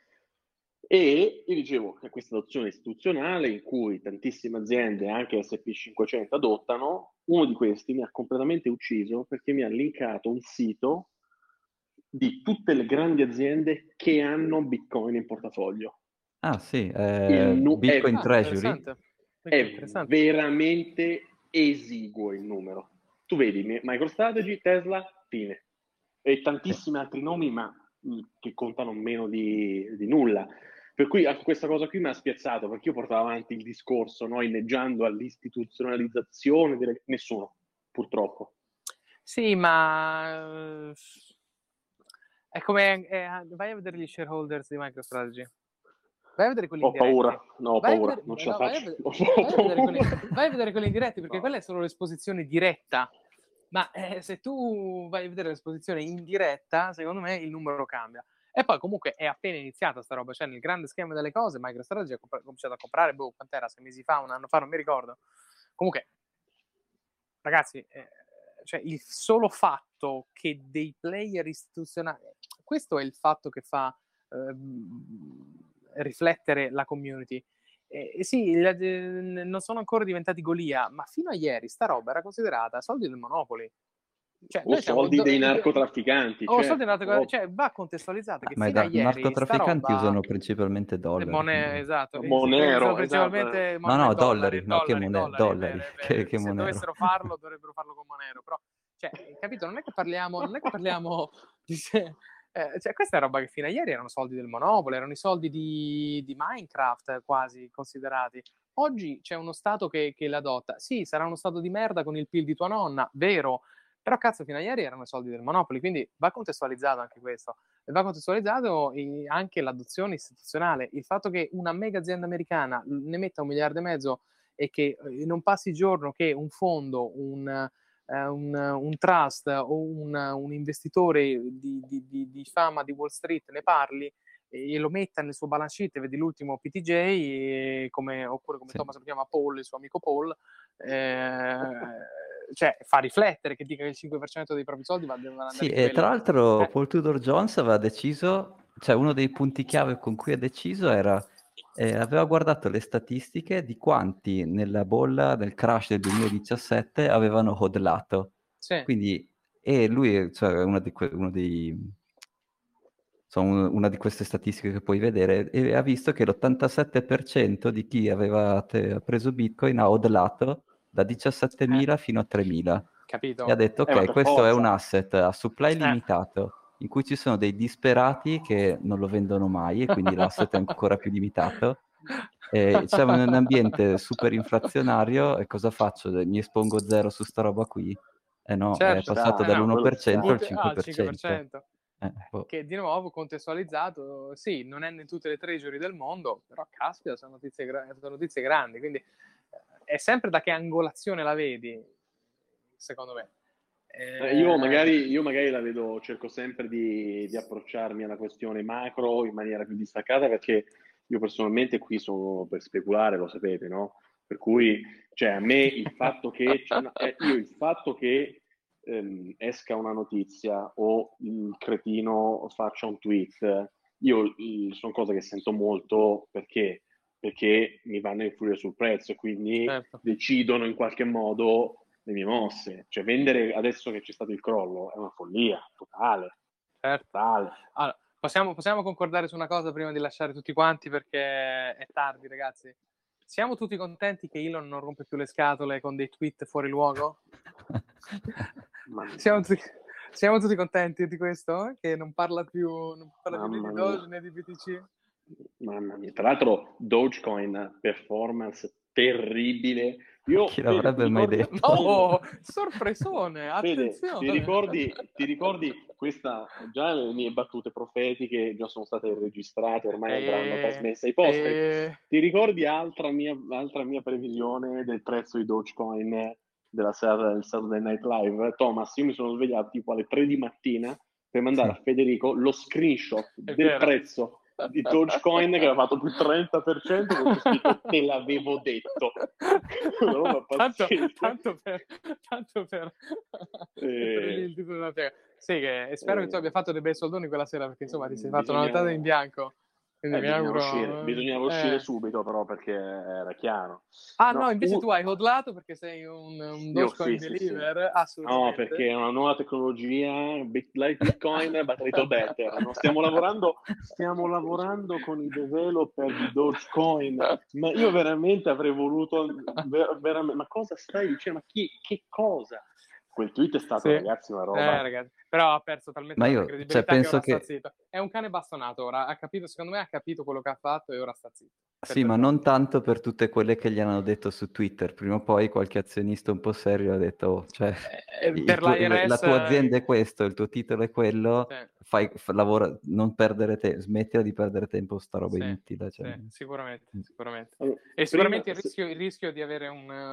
e io dicevo che questa adozione istituzionale in cui tantissime aziende, anche S&P 500, adottano, uno di questi mi ha completamente ucciso perché mi ha linkato un sito di tutte le grandi aziende che hanno Bitcoin in portafoglio. Ah sì, È Bitcoin Treasury. Interessante. veramente esiguo il numero. Tu vedi MicroStrategy, Tesla, fine. E tantissimi altri nomi, ma che contano meno di nulla. Per cui anche questa cosa qui mi ha spiazzato, perché io portavo avanti il discorso, no, inneggiando all'istituzionalizzazione, nessuno, purtroppo. Sì, ma è come vai a vedere gli shareholders di MicroStrategy. Vai a vedere quelli Ho indiretti. paura, no, ho Vai a paura, vedere- non ce la no, vai a faccio. vai a vedere quelli indiretti, perché No. quella è solo l'esposizione diretta. Ma se tu vai a vedere l'esposizione indiretta, secondo me il numero cambia. E poi comunque è appena iniziata sta roba, cioè nel grande schema delle cose MicroStrategy ha cominciato a comprare, quant'era, 6 mesi fa, un anno fa, non mi ricordo. Comunque, ragazzi, cioè il solo fatto che dei player istituzionali, questo è il fatto che fa riflettere la community. Sì, non sono ancora diventati Golia, ma fino a ieri sta roba era considerata soldi del Monopoly. Cioè, O soldi dei narcotrafficanti, certo. cioè, va contestualizzato che Ma i fino a ieri sta narcotrafficanti roba usano principalmente dollari. esatto, Monero, usano principalmente esatto. No, no, dollari, dollari, no, che dollari, è dollari, vero, è vero. che Se Monero. dovessero farlo, dovrebbero farlo con Monero, però, cioè, capito, non è che parliamo di cioè, questa è roba che fino a ieri erano soldi del Monopoly, erano i soldi di Minecraft quasi considerati. Oggi c'è uno Stato che l'adotta. Sì, sarà uno Stato di merda con il PIL di tua nonna, vero, però cazzo fino a ieri erano i soldi del Monopoly, quindi va contestualizzato anche questo. E va contestualizzato anche l'adozione istituzionale. Il fatto che una mega azienda americana ne metta 1,5 miliardi e che non passi giorno che un fondo, un trust o un investitore di fama di Wall Street ne parli e lo metta nel suo balance sheet, vedi l'ultimo PTJ, oppure come Sì. Thomas lo chiama Paul, il suo amico Paul, cioè fa riflettere, che dica che il 5% dei propri soldi devono andare Sì, in e tra quello. l'altro Paul Tudor Jones aveva deciso, cioè uno dei punti chiave con cui ha deciso era, aveva guardato le statistiche di quanti nella bolla del crash del 2017 avevano hodlato. Sì. Quindi, e lui, cioè, è una di queste statistiche che puoi vedere, e ha visto che l'87% di chi aveva preso Bitcoin ha hodlato da 17.000 fino a 3.000. Capito? E ha detto, Ma ok, per questo è forza. un asset a supply limitato, in cui ci sono dei disperati che non lo vendono mai, e quindi l'asset è ancora più limitato. Siamo in un ambiente super inflazionario, e cosa faccio? Mi espongo zero su sta roba qui? No, è Certo, passato No, quello ci dall'1% al sta. al 5%. 5%. Boh. Che di nuovo contestualizzato, sì, non è in tutte le treasury del mondo, però caspita, sono notizie grandi, quindi è sempre da che angolazione la vedi, secondo me. Io magari la vedo, cerco sempre di approcciarmi alla questione macro in maniera più distaccata, perché io personalmente qui sono per speculare, lo sapete, no? Per cui, cioè, a me il fatto che esca una notizia o il cretino faccia un tweet, sono cose che sento molto perché mi vanno a influire sul prezzo e quindi Certo. decidono in qualche modo le mie mosse. Cioè, vendere adesso che c'è stato il crollo è una follia totale. Certo. Totale. Allora, Possiamo concordare su una cosa prima di lasciare tutti quanti, perché è tardi, ragazzi. Siamo tutti contenti che Elon non rompe più le scatole con dei tweet fuori luogo? Siamo tutti contenti di questo? Che non parla più né di Doge né di BTC? Mamma mia, tra l'altro Dogecoin performance terribile. Chi l'avrebbe mai detto? Oh, sorpresone, attenzione. Ti ricordi questa, già le mie battute profetiche già sono state registrate, ormai andranno trasmesse ai posteri. Ti ricordi altra mia previsione del prezzo di Dogecoin della sera del Saturday Night Live? Thomas, io mi sono svegliato tipo alle 3 di mattina per mandare a Federico lo screenshot del prezzo di Dogecoin che aveva fatto più 30%, con scritto te l'avevo detto. tanto per il titolo della piega. Sì, che spero che tu abbia fatto dei bei soldoni quella sera, perché insomma ti sei fatto una notata in bianco. Quindi mi auguro... bisognava uscire subito, però, perché era chiaro. No, invece tu hai hodlato perché sei un Dogecoin believer? Assolutamente. No, perché è una nuova tecnologia, Bitcoin battery better. No? Stiamo lavorando con i developer di Dogecoin, ma io veramente avrei voluto... ma cosa stai dicendo? Ma che cosa? Quel tweet è stato, ragazzi, una roba... ragazzi, però ha perso talmente la credibilità che ora sta zitto. È un cane bastonato ora, secondo me ha capito quello che ha fatto e ora sta zitto. Sì, ma non tanto per tutte quelle che gli hanno detto su Twitter. Prima o poi qualche azionista un po' serio ha detto, la tua azienda è questo, il tuo titolo è quello, lavora, non perdere tempo, smettila di perdere tempo sta roba inutile. Cioè. Sì, sicuramente. E sicuramente il rischio di avere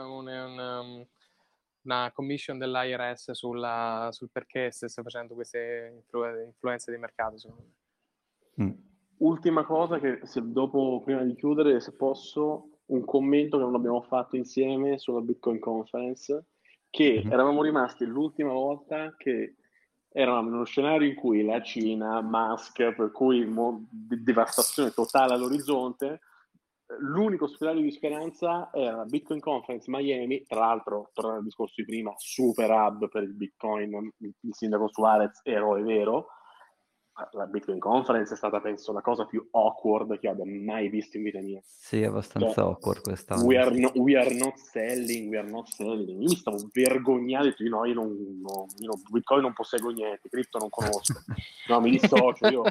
una commission dell'IRS sul perché stesse facendo queste influenze di mercato, secondo me. Ultima cosa, che prima di chiudere, se posso, un commento che non abbiamo fatto insieme sulla Bitcoin Conference, che eravamo rimasti l'ultima volta che eravamo in uno scenario in cui la Cina, Musk, per cui devastazione totale all'orizzonte. L'unico spiraglio di speranza era la Bitcoin Conference Miami, tra l'altro, tornando al discorso di prima, super hub per il Bitcoin, il sindaco Suarez, è vero. La Bitcoin Conference è stata, penso, la cosa più awkward che abbia mai visto in vita mia. Sì, abbastanza awkward quest'anno. We are not selling. Io mi stavo vergognando, io Bitcoin non posseggo niente, cripto non conosco. No, mi dissocio, io...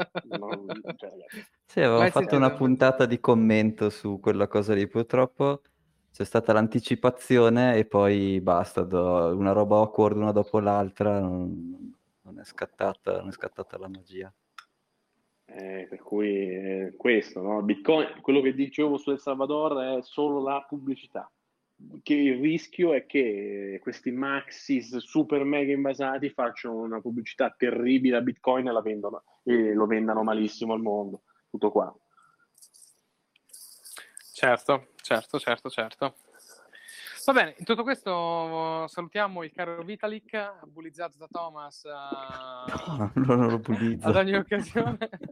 Sì, avevo fatto una puntata di commento su quella cosa lì, purtroppo c'è stata l'anticipazione e poi basta, una roba awkward una dopo l'altra, non è scattata la magia. Per cui questo, no? Bitcoin, quello che dicevo su El Salvador è solo la pubblicità. Che il rischio è che questi maxis super mega invasati facciano una pubblicità terribile a Bitcoin e lo vendano malissimo al mondo. Tutto qua. Certo. Va bene, in tutto questo salutiamo il caro Vitalik, bullizzato da Thomas no, non lo bullizzo. ad ogni occasione.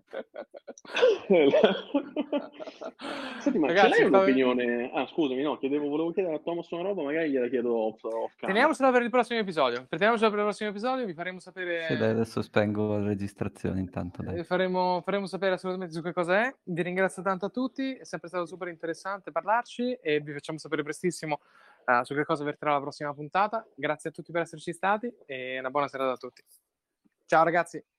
Senti, ma ragazzi, ce l'hai un'opinione? Scusami, no, volevo chiedere a Thomas una roba, magari gliela chiedo off camera. Teniamocela per il prossimo episodio. Vi faremo sapere. Sì, dai, adesso spengo la registrazione intanto. Dai. Faremo sapere assolutamente su che cosa è. Vi ringrazio tanto a tutti, è sempre stato super interessante parlarci e vi facciamo sapere prestissimo su che cosa verterà la prossima puntata. Grazie a tutti per esserci stati e una buona serata a tutti. Ciao ragazzi.